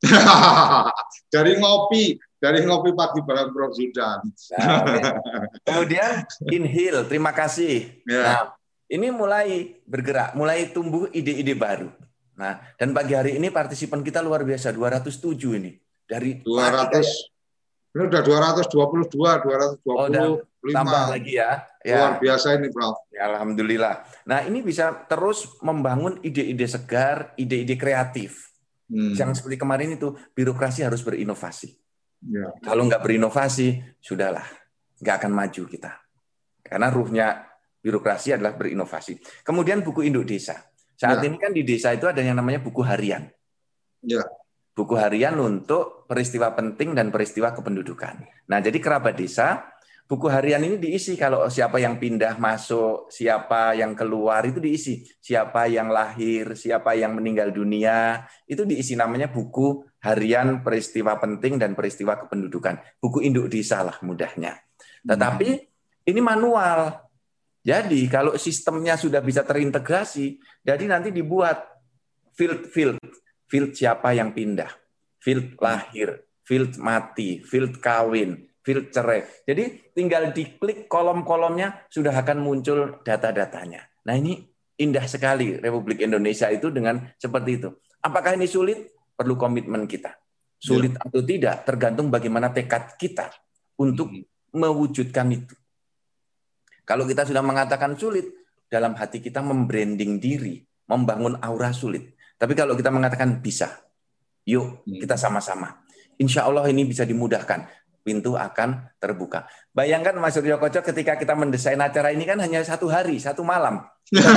dari ngopi, dari ngopi pagi bareng Prof Zudan. Nah, kemudian Inhil, terima kasih. Ya. Nah, ini mulai bergerak, mulai tumbuh ide-ide baru. Nah, dan pagi hari ini partisipan kita luar biasa, dua ratus tujuh ini. Dari dua ratus Ini udah dua ratus dua puluh dua, dua ratus dua puluh lima. Oh, tambah lagi ya. ya. Luar biasa ini, Prof. Ya, alhamdulillah. Nah, ini bisa terus membangun ide-ide segar, ide-ide kreatif. Hmm. Yang seperti kemarin itu, birokrasi harus berinovasi. Ya. Kalau nggak berinovasi, sudahlah, nggak akan maju kita. Karena ruhnya birokrasi adalah berinovasi. Kemudian buku induk desa. Saat ya. ini kan di desa itu ada yang namanya buku harian. Ya. Buku harian untuk peristiwa penting dan peristiwa kependudukan. Nah, jadi kerabat desa, buku harian ini diisi kalau siapa yang pindah masuk, siapa yang keluar itu diisi. Siapa yang lahir, siapa yang meninggal dunia, itu diisi namanya buku harian peristiwa penting dan peristiwa kependudukan. Buku induk desa lah mudahnya. Tetapi ini manual. Jadi kalau sistemnya sudah bisa terintegrasi, jadi nanti dibuat field-field. Field siapa yang pindah, field lahir, field mati, field kawin, field cerai. Jadi tinggal diklik kolom-kolomnya sudah akan muncul data-datanya. Nah ini indah sekali Republik Indonesia itu dengan seperti itu. Apakah ini sulit? Perlu komitmen kita. Sulit ya. atau tidak tergantung bagaimana tekad kita untuk hmm. mewujudkan itu. Kalau kita sudah mengatakan sulit, dalam hati kita membranding diri, membangun aura sulit. Tapi kalau kita mengatakan bisa, yuk kita sama-sama. Insya Allah ini bisa dimudahkan. Pintu akan terbuka. Bayangkan Mas Suryo Koco ketika kita mendesain acara ini kan hanya satu hari, satu malam.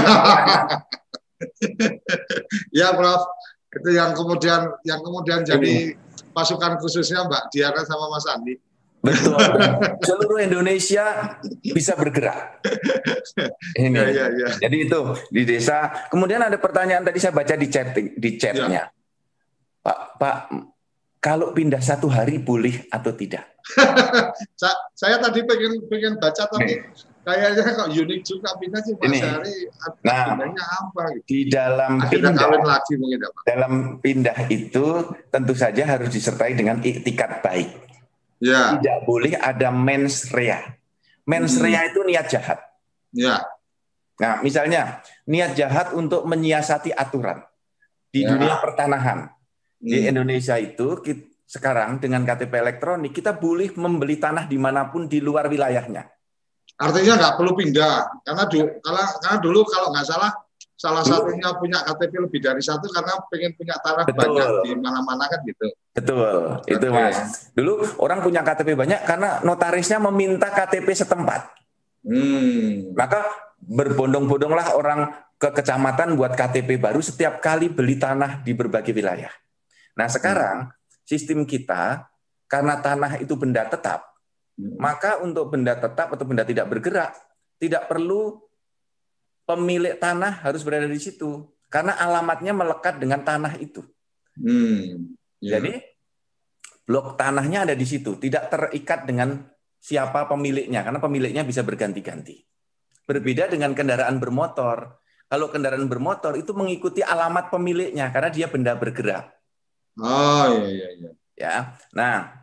Ya, Prof. Itu yang kemudian yang kemudian jadi pasukan khususnya Mbak Diana sama Mas Andi. Betul. Seluruh Indonesia bisa bergerak. Ini. Ya, ya, ya. Jadi itu di desa. Kemudian ada pertanyaan tadi saya baca di chat di chatnya. Ya. Pak, Pak, kalau pindah satu hari boleh atau tidak? Saya tadi pengen pengen baca tapi kayaknya kok unik juga pindah sih Mas Hari. Nah, apa? Gitu. Di dalam Akhirnya pindah, kawin lagi mungkin Pak. Dalam pindah itu tentu saja harus disertai dengan iktikat baik. Ya. Tidak boleh ada mens rea. Mens rea hmm. itu niat jahat. Ya. Nah, misalnya niat jahat untuk menyiasati aturan di ya. dunia pertanahan. Hmm. Di Indonesia itu kita, sekarang dengan K T P elektronik kita boleh membeli tanah dimanapun di luar wilayahnya. Artinya nggak perlu pindah karena dulu, kalau, karena dulu kalau nggak salah salah dulu. satunya punya K T P lebih dari satu karena pengen punya tanah Betul. banyak di mana-mana kan gitu. Betul, itu okay. Mas. Dulu orang punya K T P banyak karena notarisnya meminta K T P setempat. Hmm. Maka berbondong-bondonglah orang ke kecamatan buat K T P baru setiap kali beli tanah di berbagai wilayah. Nah sekarang hmm. sistem kita karena tanah itu benda tetap, hmm. maka untuk benda tetap atau benda tidak bergerak tidak perlu pemilik tanah harus berada di situ karena alamatnya melekat dengan tanah itu. Hmm. Yeah. Jadi blok tanahnya ada di situ, tidak terikat dengan siapa pemiliknya karena pemiliknya bisa berganti-ganti. Berbeda dengan kendaraan bermotor. Kalau kendaraan bermotor itu mengikuti alamat pemiliknya karena dia benda bergerak. Oh iya iya iya. Ya. Nah,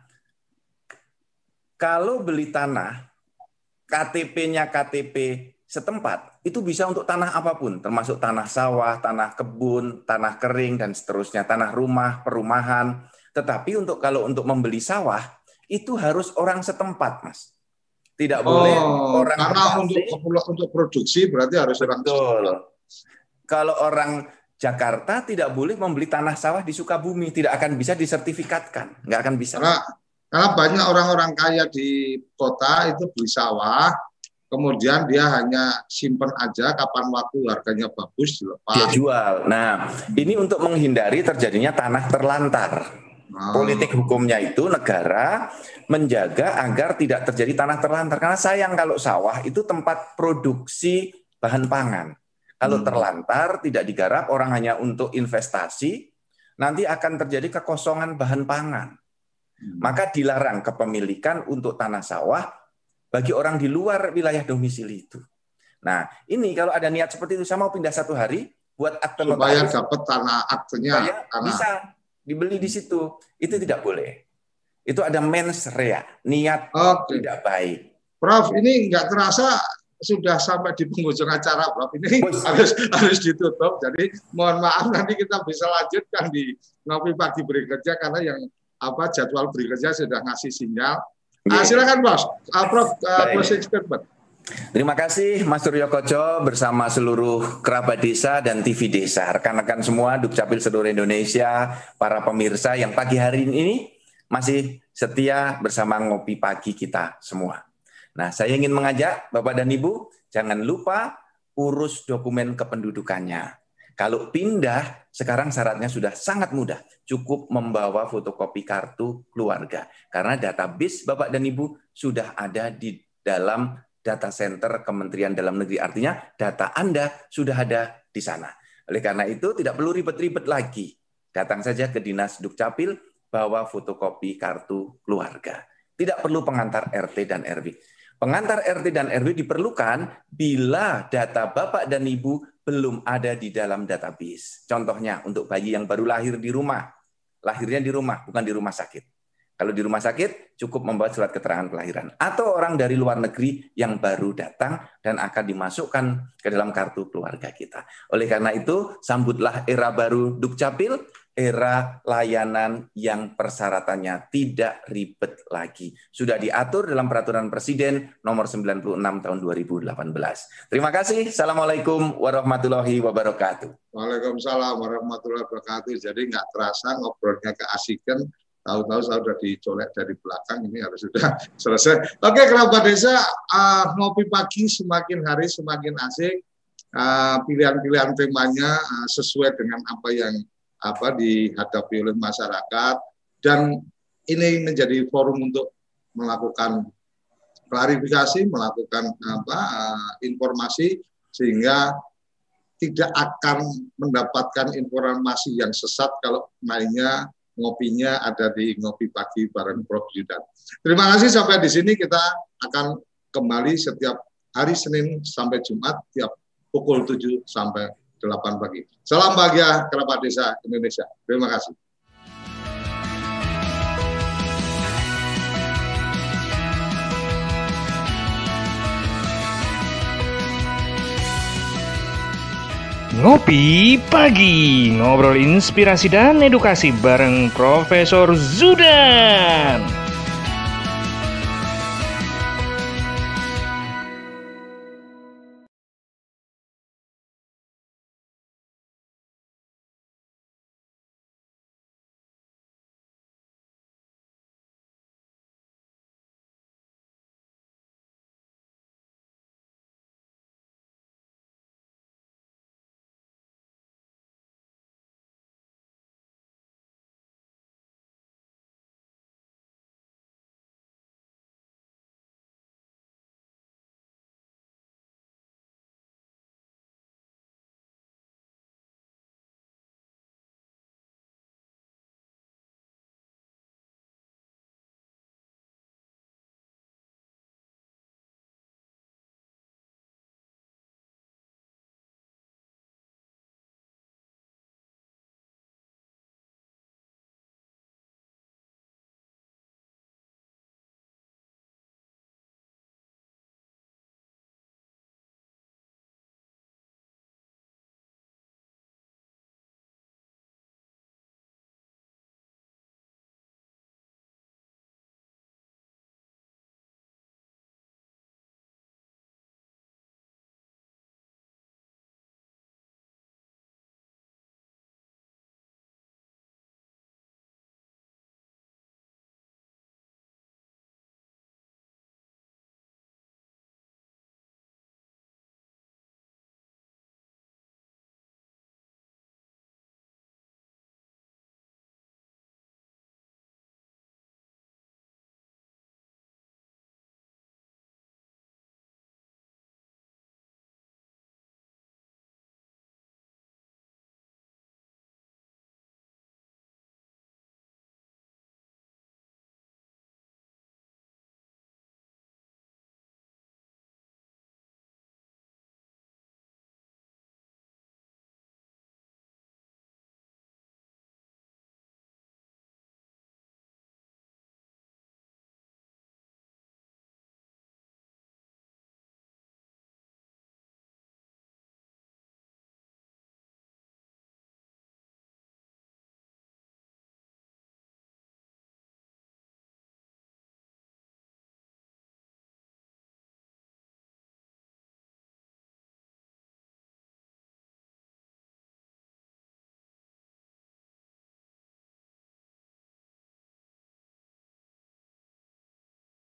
kalau beli tanah K T P-nya K T P setempat itu bisa untuk tanah apapun, termasuk tanah sawah, tanah kebun, tanah kering dan seterusnya, tanah rumah, perumahan. Tetapi untuk kalau untuk membeli sawah itu harus orang setempat, Mas. Tidak oh, boleh orang karena untuk untuk produksi berarti harus orang setempat. Kalau orang Jakarta tidak boleh membeli tanah sawah di Sukabumi, tidak akan bisa disertifikatkan, nggak akan bisa. Karena, karena banyak orang-orang kaya di kota itu beli sawah. Kemudian dia hanya simpen aja kapan waktu harganya bagus dilepas. Dia jual. Nah, ini untuk menghindari terjadinya tanah terlantar. Oh. Politik hukumnya itu negara menjaga agar tidak terjadi tanah terlantar. Karena sayang kalau sawah itu tempat produksi bahan pangan. Kalau hmm. terlantar, tidak digarap, orang hanya untuk investasi, nanti akan terjadi kekosongan bahan pangan. Hmm. Maka dilarang kepemilikan untuk tanah sawah bagi orang di luar wilayah domisili itu. Nah, ini kalau ada niat seperti itu, saya mau pindah satu hari, buat akte supaya dapat tanah aktenya. Tanah. Bisa dibeli di situ. Itu tidak boleh. Itu ada mens rea, niat okay. tidak baik. Prof, ini nggak terasa sudah sampai di penghujung acara, Prof. Ini Bus. harus harus ditutup. Jadi mohon maaf nanti kita bisa lanjutkan di ngopi pagi berikutnya karena yang apa jadwal berikutnya sudah ngasih sinyal. Yeah. Uh, silakan Bos, uh, Prof uh, closing statement. Terima kasih Mas Suryo Koco bersama seluruh kerabat desa dan T V Desa, rekan-rekan semua Dukcapil seluruh Indonesia, para pemirsa yang pagi hari ini masih setia bersama ngopi pagi kita semua. Nah, saya ingin mengajak Bapak dan Ibu, jangan lupa urus dokumen kependudukannya. Kalau pindah, sekarang syaratnya sudah sangat mudah. Cukup membawa fotokopi kartu keluarga. Karena database Bapak dan Ibu sudah ada di dalam data center Kementerian Dalam Negeri. Artinya data Anda sudah ada di sana. Oleh karena itu tidak perlu ribet-ribet lagi. Datang saja ke Dinas Dukcapil, bawa fotokopi kartu keluarga. Tidak perlu pengantar R T dan R W. Pengantar R T dan R W diperlukan bila data Bapak dan Ibu belum ada di dalam database. Contohnya untuk bayi yang baru lahir di rumah. Lahirnya di rumah, bukan di rumah sakit. Kalau di rumah sakit, cukup membawa surat keterangan kelahiran. Atau orang dari luar negeri yang baru datang dan akan dimasukkan ke dalam kartu keluarga kita. Oleh karena itu, sambutlah era baru Dukcapil, era layanan yang persyaratannya tidak ribet lagi. Sudah diatur dalam Peraturan Presiden nomor sembilan puluh enam tahun dua ribu delapan belas. Terima kasih. Assalamualaikum warahmatullahi wabarakatuh. Waalaikumsalam warahmatullahi wabarakatuh. Jadi nggak terasa ngobrolnya keasikan. Tahu-tahu saya sudah dicolek dari belakang, ini harus sudah selesai. Oke, kerabat desa, uh, ngopi pagi semakin hari semakin asik. Uh, pilihan-pilihan temanya uh, sesuai dengan apa yang apa dihadapi oleh masyarakat, dan ini menjadi forum untuk melakukan klarifikasi, melakukan apa uh, informasi sehingga tidak akan mendapatkan informasi yang sesat kalau mainnya ngopinya ada di Ngopi Pagi bareng Prof Zudan. Terima kasih, sampai di sini kita akan kembali setiap hari Senin sampai Jumat tiap pukul tujuh sampai delapan pagi. Salam bahagia kerabat desa Indonesia. Terima kasih. Ngopi Pagi, ngobrol inspirasi dan edukasi bareng Profesor Zudan.